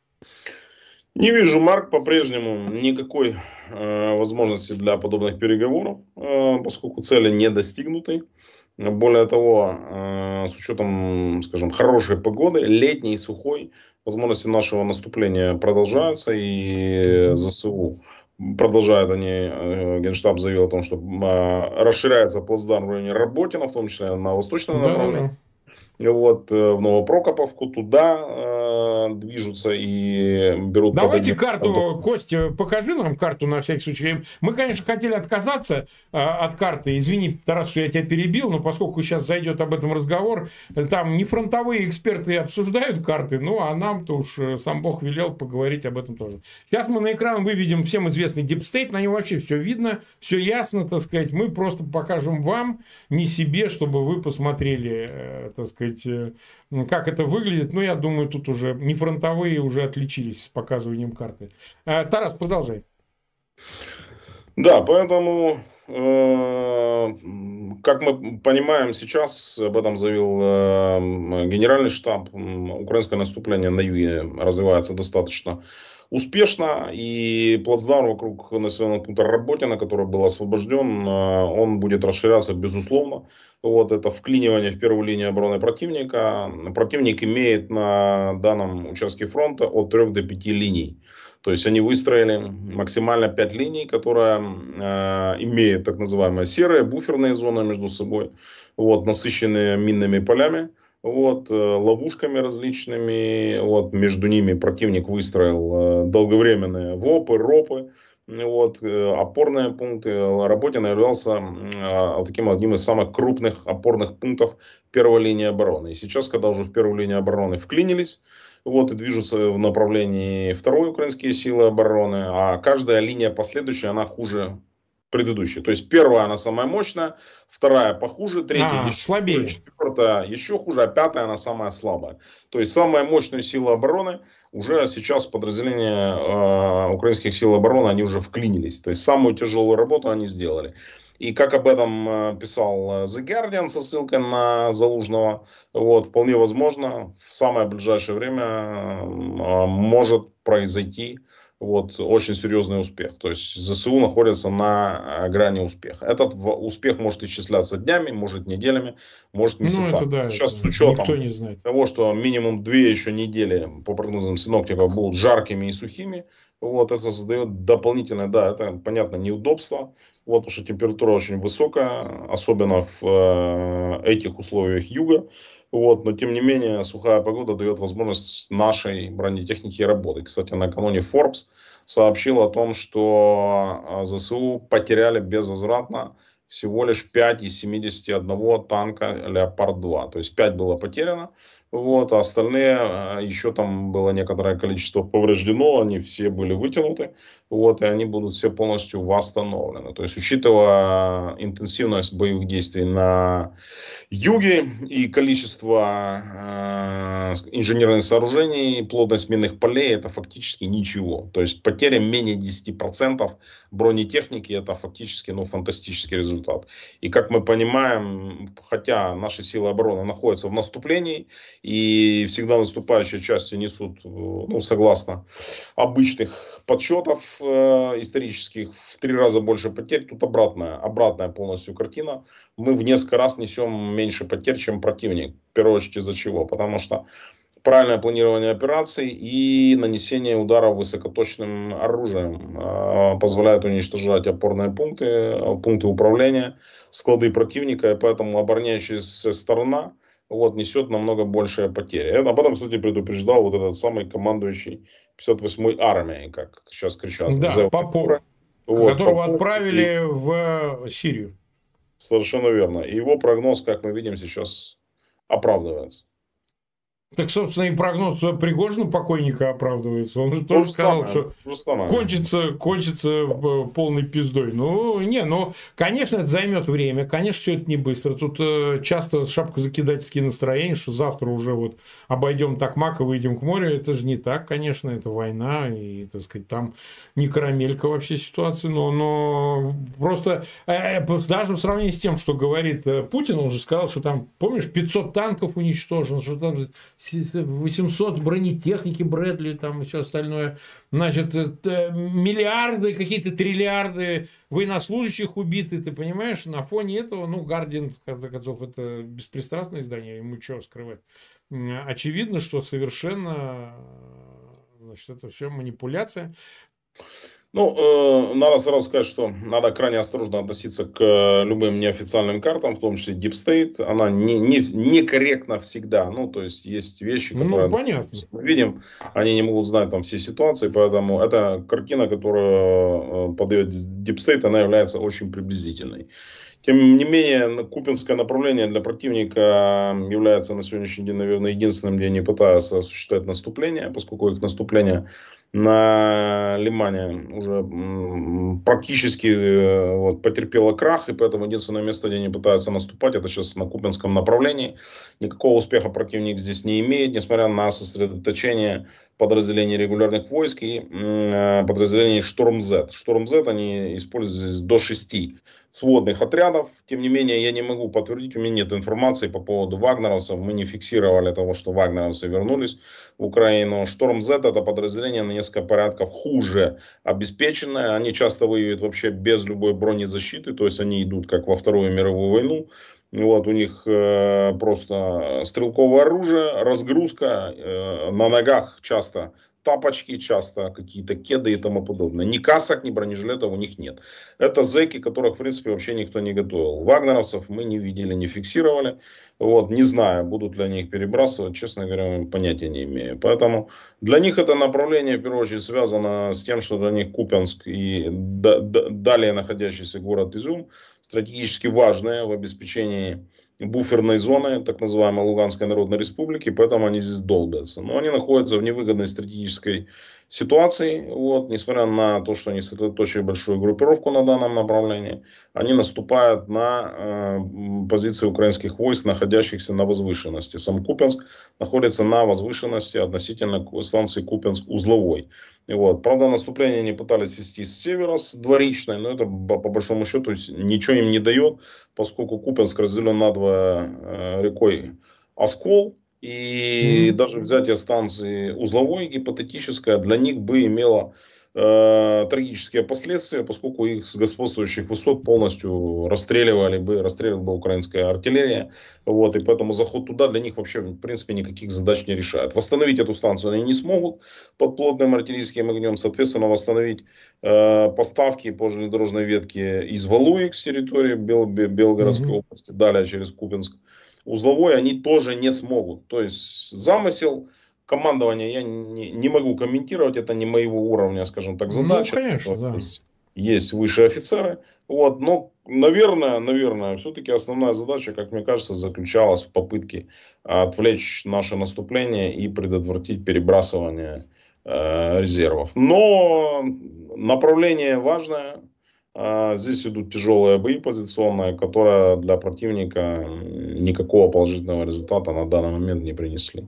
S3: Не вижу, Марк, по-прежнему никакой э, возможности для подобных переговоров, э, поскольку цели не достигнуты. Более того, э, с учетом, скажем, хорошей погоды, летней, сухой, возможности нашего наступления продолжаются, и ЗСУ продолжают они, э, Генштаб заявил о том, что э, расширяется плацдарм в районе Работина, в том числе на восточном направлении. Да-да-да. Вот, в Новопрокоповку, туда э, движутся и берут под
S2: Давайте
S3: одним
S2: карту,
S3: контролем.
S2: Костя, покажи нам карту на всякий случай. Мы, конечно, хотели отказаться а, от карты. Извини, Тарас, что я тебя перебил, но поскольку сейчас зайдет об этом разговор, там не фронтовые эксперты обсуждают карты, ну, а нам-то уж э, сам Бог велел поговорить об этом тоже. Сейчас мы на экран выведем всем известный Deep State, на нем вообще все видно, все ясно, так сказать. Мы просто покажем вам, не себе, чтобы вы посмотрели, э, так сказать, э, как это выглядит. Ну, я думаю, тут уже не фронтовые уже отличились с показыванием карты. А, Тарас, продолжай.
S3: Да, поэтому, э, как мы понимаем сейчас, об этом заявил э, генеральный штаб, украинское наступление на юге развивается достаточно успешно, и плацдарм вокруг населенного пункта Работино, который был освобожден, э, он будет расширяться безусловно. Вот это вклинивание в первую линию обороны противника. Противник имеет на данном участке фронта от трёх до пяти линий. То есть они выстроили максимально пять линий, которые э, имеют так называемые серые буферные зоны между собой, вот, насыщенные минными полями, вот, э, ловушками различными. Вот, между ними противник выстроил э, долговременные ВОПы, РОПы. Вот, э, опорные пункты. Работино являлся э, таким одним из самых крупных опорных пунктов первой линии обороны. И сейчас, когда уже в первую линию обороны вклинились, вот, и движутся в направлении второй украинские силы обороны, а каждая линия последующая, она хуже предыдущей. То есть первая, она самая мощная, вторая похуже, третья
S2: А,
S3: еще хуже,
S2: слабее.
S3: четвертая еще хуже, а пятая, она самая слабая. То есть самая мощная сила обороны уже сейчас подразделения э, украинских сил обороны, они уже вклинились. То есть самую тяжелую работу они сделали. И как об этом писал The Guardian со ссылкой на Залужного, вот, вполне возможно, в самое ближайшее время может произойти вот, очень серьезный успех. То есть ЗСУ находится на грани успеха. Этот успех может исчисляться днями, может неделями, может месяцами.
S2: Ну, это да,
S3: Сейчас
S2: это
S3: с учетом
S2: никто не знает.
S3: того, что минимум две еще недели, по прогнозам синоптиков, будут жаркими и сухими, вот, это создает дополнительное, да, это, понятно, неудобство, вот, потому что температура очень высокая, особенно в э, этих условиях юга, вот, но тем не менее сухая погода дает возможность нашей бронетехнике работать. Кстати, накануне Forbes сообщил о том, что ЗСУ потеряли безвозвратно всего лишь пять из семидесяти одного танка Леопард два. То есть пять было потеряно. Вот, а остальные, еще там было некоторое количество повреждено, они все были вытянуты, вот, и они будут все полностью восстановлены. То есть, учитывая интенсивность боевых действий на юге и количество э, инженерных сооружений, плотность минных полей, это фактически ничего. То есть, потеря менее десяти процентов бронетехники, это фактически, ну, фантастический результат. И как мы понимаем, хотя наши силы обороны находятся в наступлении, и всегда наступающие части несут, ну, согласно обычных подсчетов э, исторических, в три раза больше потерь. Тут обратная, обратная полностью картина. Мы в несколько раз несем меньше потерь, чем противник. В первую очередь из-за чего? Потому что правильное планирование операций и нанесение ударов высокоточным оружием э, позволяет уничтожать опорные пункты, пункты управления, склады противника. И поэтому обороняющаяся сторона, вот, несет намного большие потери. Об этом, кстати, предупреждал вот этот самый командующий пятьдесят восьмой армией, как сейчас кричат.
S2: Да,
S3: Зев
S2: Попов,
S3: вот,
S2: которого
S3: Попов,
S2: отправили
S3: и...
S2: в Сирию.
S3: Совершенно верно. И его прогноз, как мы видим, сейчас оправдывается.
S2: Так, собственно, и прогноз Пригожина покойника оправдывается. Он же
S3: То
S2: тоже
S3: же
S2: сказал,
S3: самое,
S2: что
S3: то же самое.
S2: кончится, кончится полной пиздой. Ну, не, ну, конечно, это займет время. Конечно, все это не быстро. Тут э, часто шапкозакидательские настроения, что завтра уже вот обойдем Токмак и выйдем к морю. Это же не так, конечно. Это война. И, так сказать, там не карамелька вообще ситуация. Но, но просто э, даже в сравнении с тем, что говорит Путин, он же сказал, что там, помнишь, пятьсот танков уничтожено, что там восемьсот бронетехники Брэдли, там и все остальное. Значит, миллиарды, какие-то триллиарды военнослужащих убиты. Ты понимаешь, на фоне этого, ну, Гардиан, в конце концов, это беспристрастное издание, ему что скрывать. Очевидно, что совершенно, значит, это все манипуляция.
S3: Ну, э, надо сразу сказать, что надо крайне осторожно относиться к э, любым неофициальным картам, в том числе Deep State. Она не, не, некорректна всегда. Ну, то есть, есть вещи,
S2: Ну,
S3: которые
S2: понятно.
S3: мы видим, они не могут знать там все ситуации, поэтому эта картина, которую э, подает Deep State, она является очень приблизительной. Тем не менее, купинское направление для противника является на сегодняшний день, наверное, единственным, где они пытаются осуществлять наступление, поскольку их наступление на Лимане уже практически э, вот, потерпело крах, и поэтому единственное место, где они пытаются наступать, это сейчас на Купинском направлении. Никакого успеха противник здесь не имеет, несмотря на сосредоточение подразделений регулярных войск и э, подразделений Шторм-З. Шторм-З они используют здесь до шести сводных отрядов. Тем не менее, я не могу подтвердить, у меня нет информации по поводу вагнеровцев. Мы не фиксировали того, что вагнеровцы вернулись в Украину. Шторм-З это подразделение на несколько порядков хуже обеспеченное. Они часто воюют вообще без любой бронезащиты, то есть они идут как во Вторую мировую войну. Вот, у них э, просто стрелковое оружие, разгрузка, э, на ногах часто тапочки, часто какие-то кеды и тому подобное. Ни касок, ни бронежилетов у них нет. Это зэки, которых, в принципе, вообще никто не готовил. Вагнеровцев мы не видели, не фиксировали. Вот, не знаю, будут ли они их перебрасывать, честно говоря, понятия не имею. Поэтому для них это направление, в первую очередь, связано с тем, что для них Купянск и д- д- далее находящийся город Изюм стратегически важные в обеспечении буферной зоны, так называемой Луганской Народной Республики, поэтому они здесь долбятся. Но они находятся в невыгодной стратегической ситуации, вот, несмотря на то, что они сосредоточили большую группировку на данном направлении, они наступают на э, позиции украинских войск, находящихся на возвышенности. Сам Купянск находится на возвышенности относительно станции Купянск-Узловой. Вот. Правда, наступление они пытались вести с севера, с Дворичной, но это по большому счету ничего им не дает, поскольку Купянск разделен надвое э, рекой Оскол. И
S2: Мгм.
S3: даже взятие станции Узловой гипотетическое для них бы имело э, трагические последствия, поскольку их с господствующих высот полностью расстреливали бы, расстреливала бы украинская артиллерия. Вот, и поэтому заход туда для них вообще, в принципе, никаких задач не решает. Восстановить эту станцию они не смогут под плотным артиллерийским огнем. Соответственно, восстановить э, поставки по железнодорожной ветке из Валуи с территории Бел, Белгородской
S2: Мгм.
S3: области, далее через Купинск, Узловой они тоже не смогут. То есть замысел командования я не, не могу комментировать, это не моего уровня, скажем так,
S2: Ну,
S3: задача.
S2: конечно, да.
S3: Есть, есть высшие офицеры. Вот, но, наверное, наверное, все-таки основная задача, как мне кажется, заключалась в попытке отвлечь наше наступление и предотвратить перебрасывание э, резервов. Но направление важное. А здесь идут тяжелые бои позиционные, которые для противника никакого положительного результата на данный момент не принесли.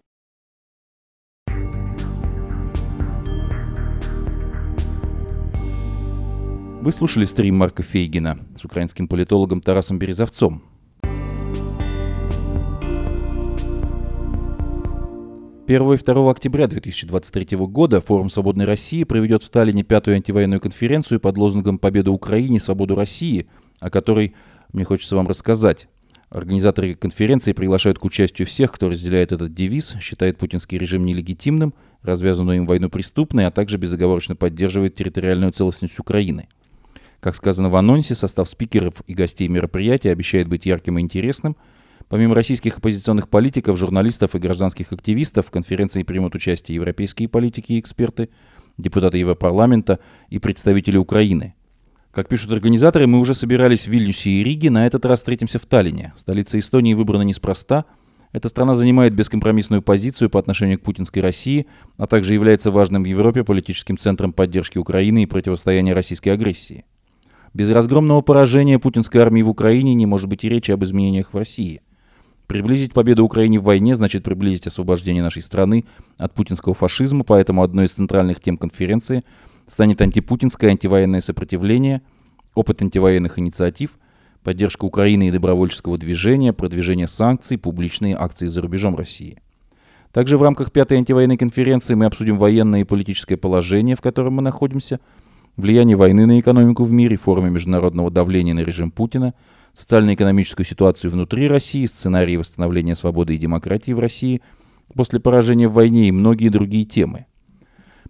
S1: Вы слушали стрим Марка Фейгина с украинским политологом Тарасом Березовцом. первого и второго октября две тысячи двадцать третьего года Форум Свободной России проведет в Таллине пятую антивоенную конференцию под лозунгом «Победа Украине, свободу России», о которой мне хочется вам рассказать. Организаторы конференции приглашают к участию всех, кто разделяет этот девиз, считает путинский режим нелегитимным, развязанную им войну преступной, а также безоговорочно поддерживает территориальную целостность Украины. Как сказано в анонсе, состав спикеров и гостей мероприятия обещает быть ярким и интересным. Помимо российских оппозиционных политиков, журналистов и гражданских активистов, в конференции примут участие европейские политики и эксперты, депутаты Европарламента и представители Украины. Как пишут организаторы, мы уже собирались в Вильнюсе и Риге, на этот раз встретимся в Таллине. Столица Эстонии выбрана неспроста. Эта страна занимает бескомпромиссную позицию по отношению к путинской России, а также является важным в Европе политическим центром поддержки Украины и противостояния российской агрессии. Без разгромного поражения путинской армии в Украине не может быть и речи об изменениях в России. Приблизить победу Украине в войне значит приблизить освобождение нашей страны от путинского фашизма, поэтому одной из центральных тем конференции станет антипутинское антивоенное сопротивление, опыт антивоенных инициатив, поддержка Украины и добровольческого движения, продвижение санкций, публичные акции за рубежом России. Также в рамках пятой антивоенной конференции мы обсудим военное и политическое положение, в котором мы находимся, влияние войны на экономику в мире, формы международного давления на режим Путина, социально-экономическую ситуацию внутри России, сценарии восстановления свободы и демократии в России после поражения в войне и многие другие темы.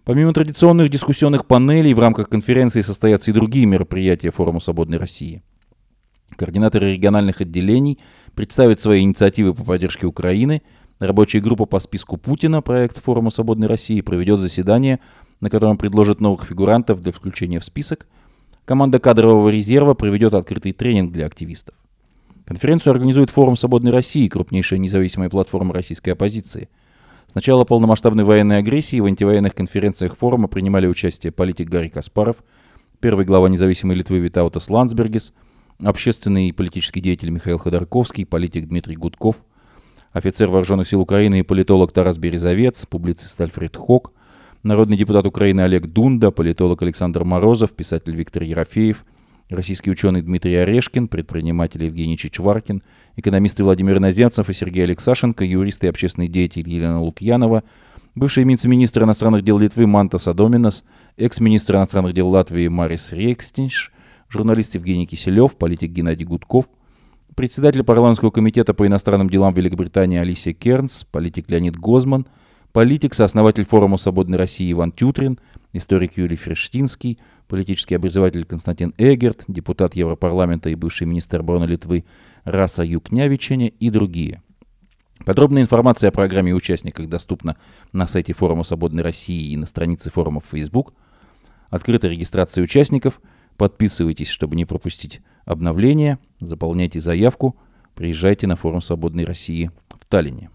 S1: Помимо традиционных дискуссионных панелей, в рамках конференции состоятся и другие мероприятия Форума Свободной России. Координаторы региональных отделений представят свои инициативы по поддержке Украины. Рабочая группа по списку Путина, проект Форума Свободной России, проведет заседание, на котором предложат новых фигурантов для включения в список. Команда кадрового резерва проведет открытый тренинг для активистов. Конференцию организует Форум Свободной России, крупнейшая независимая платформа российской оппозиции. С начала полномасштабной военной агрессии в антивоенных конференциях форума принимали участие политик Гарри Каспаров, первый глава независимой Литвы Витаутас Ландсбергис, общественный и политический деятель Михаил Ходорковский, политик Дмитрий Гудков, офицер Вооруженных сил Украины и политолог Тарас Березовец, публицист Альфред Хок, народный депутат Украины Олег Дунда, политолог Александр Морозов, писатель Виктор Ерофеев, российский ученый Дмитрий Орешкин, предприниматель Евгений Чичваркин, экономисты Владимир Иноземцев и Сергей Алексашенко, юрист и общественный деятель Елена Лукьянова, бывший вице-министр иностранных дел Литвы Мантас Адоминас, экс-министр иностранных дел Латвии Марис Рейкстинш, журналист Евгений Киселев, политик Геннадий Гудков, председатель парламентского комитета по иностранным делам Великобритании Алисия Кернс, политик Леонид Гозман, политик, сооснователь Форума Свободной России Иван Тютрин, историк Юрий Фрештинский, политический обозреватель Константин Эгерт, депутат Европарламента и бывший министр обороны Литвы Раса Юкнявичене и другие. Подробная информация о программе и участниках доступна на сайте Форума Свободной России и на странице форума в Facebook. Открыта регистрация участников. Подписывайтесь, чтобы не пропустить обновления. Заполняйте заявку. Приезжайте на Форум Свободной России в Таллине.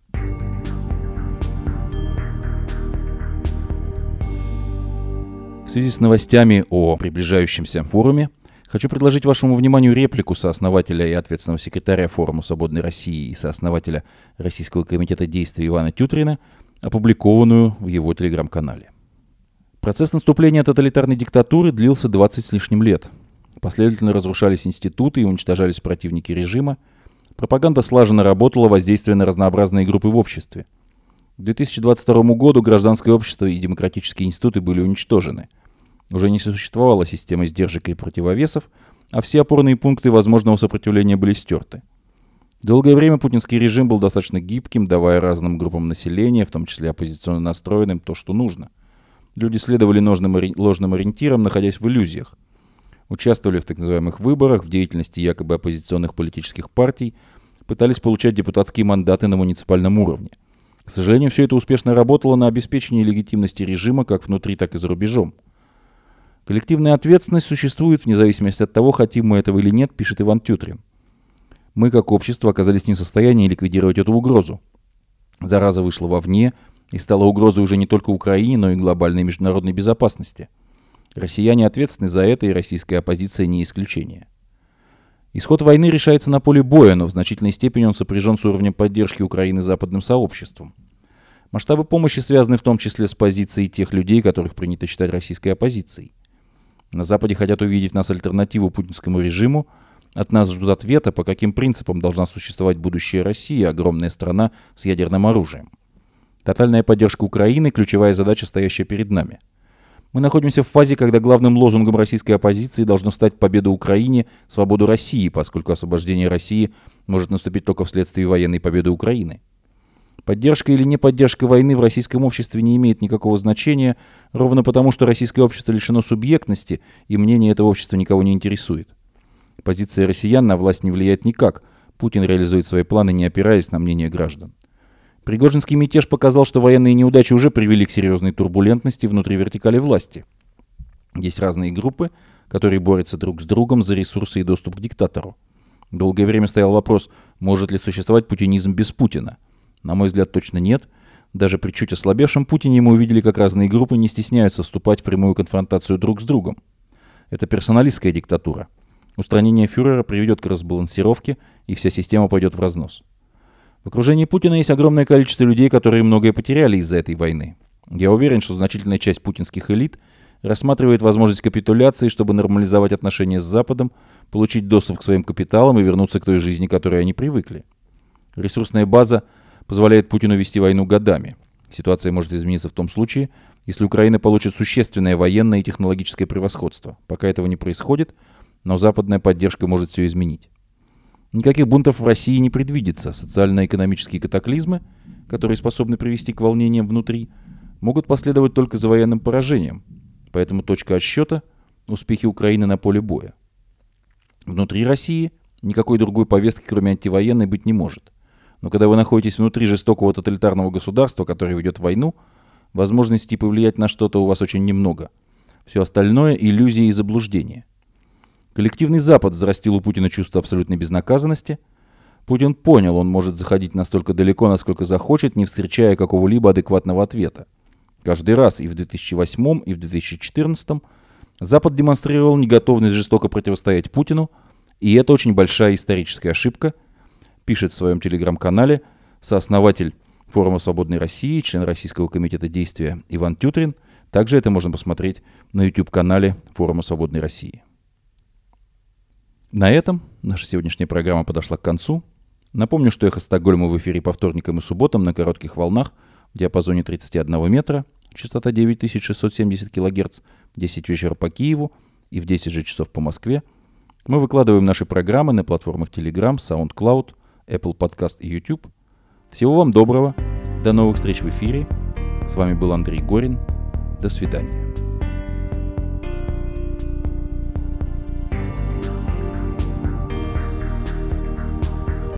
S1: В связи с новостями о приближающемся форуме хочу предложить вашему вниманию реплику сооснователя и ответственного секретаря Форума Свободной России и сооснователя Российского комитета действий Ивана Тютрина, опубликованную в его телеграм-канале. Процесс наступления тоталитарной диктатуры длился двадцать с лишним лет. Последовательно разрушались институты и уничтожались противники режима. Пропаганда слаженно работала, воздействуя на разнообразные группы в обществе. К две тысячи двадцать второму году гражданское общество и демократические институты были уничтожены. Уже не существовало системы сдержек и противовесов, а все опорные пункты возможного сопротивления были стерты. Долгое время путинский режим был достаточно гибким, давая разным группам населения, в том числе оппозиционно настроенным, то, что нужно. Люди следовали ложным, ори... ложным ориентирам, находясь в иллюзиях. Участвовали в так называемых выборах, в деятельности якобы оппозиционных политических партий, пытались получать депутатские мандаты на муниципальном уровне. К сожалению, все это успешно работало на обеспечении легитимности режима как внутри, так и за рубежом. Коллективная ответственность существует вне зависимости от того, хотим мы этого или нет, пишет Иван Тютрин. Мы, как общество, оказались не в состоянии ликвидировать эту угрозу. Зараза вышла вовне и стала угрозой уже не только Украине, но и глобальной международной безопасности. Россияне ответственны за это, и российская оппозиция не исключение. Исход войны решается на поле боя, но в значительной степени он сопряжен с уровнем поддержки Украины западным сообществом. Масштабы помощи связаны в том числе с позицией тех людей, которых принято считать российской оппозицией. На Западе хотят увидеть в нас альтернативу путинскому режиму. От нас ждут ответа, по каким принципам должна существовать будущая Россия, огромная страна с ядерным оружием. Тотальная поддержка Украины – ключевая задача, стоящая перед нами. Мы находимся в фазе, когда главным лозунгом российской оппозиции должно стать победа Украине, свободу России, поскольку освобождение России может наступить только вследствие военной победы Украины. Поддержка или не поддержка войны в российском обществе не имеет никакого значения, ровно потому, что российское общество лишено субъектности, и мнение этого общества никого не интересует. Позиция россиян на власть не влияет никак. Путин реализует свои планы, не опираясь на мнение граждан. Пригожинский мятеж показал, что военные неудачи уже привели к серьезной турбулентности внутри вертикали власти. Есть разные группы, которые борются друг с другом за ресурсы и доступ к диктатору. Долгое время стоял вопрос, может ли существовать путинизм без Путина. На мой взгляд, точно нет. Даже при чуть ослабевшем Путине мы увидели, как разные группы не стесняются вступать в прямую конфронтацию друг с другом. Это персоналистская диктатура. Устранение фюрера приведет к разбалансировке, и вся система пойдет в разнос. В окружении Путина есть огромное количество людей, которые многое потеряли из-за этой войны. Я уверен, что значительная часть путинских элит рассматривает возможность капитуляции, чтобы нормализовать отношения с Западом, получить доступ к своим капиталам и вернуться к той жизни, к которой они привыкли. Ресурсная база позволяет Путину вести войну годами. Ситуация может измениться в том случае, если Украина получит существенное военное и технологическое превосходство. Пока этого не происходит, но западная поддержка может все изменить. Никаких бунтов в России не предвидится. Социально-экономические катаклизмы, которые способны привести к волнениям внутри, могут последовать только за военным поражением, поэтому точка отсчета – успехи Украины на поле боя. Внутри России никакой другой повестки, кроме антивоенной, быть не может. Но когда вы находитесь внутри жестокого тоталитарного государства, которое ведет войну, возможностей повлиять на что-то у вас очень немного. Все остальное – иллюзии и заблуждения. Коллективный Запад взрастил у Путина чувство абсолютной безнаказанности. Путин понял, он может заходить настолько далеко, насколько захочет, не встречая какого-либо адекватного ответа. Каждый раз и в две тысячи восьмом, и в две тысячи четырнадцатом Запад демонстрировал неготовность жестоко противостоять Путину, и это очень большая историческая ошибка, пишет в своем телеграм-канале сооснователь Форума Свободной России, член Российского комитета действия Иван Тютрин. Также это можно посмотреть на YouTube-канале Форума Свободной России. На этом наша сегодняшняя программа подошла к концу. Напомню, что «Эхо Стокгольма» в эфире по вторникам и субботам на коротких волнах в диапазоне тридцать один метра, частота девять тысяч шестьсот семьдесят килогерц, в десять вечера по Киеву и в десять же часов по Москве. Мы выкладываем наши программы на платформах Telegram, SoundCloud, Apple Podcast и YouTube. Всего вам доброго, до новых встреч в эфире. С вами был Андрей Горин. До свидания.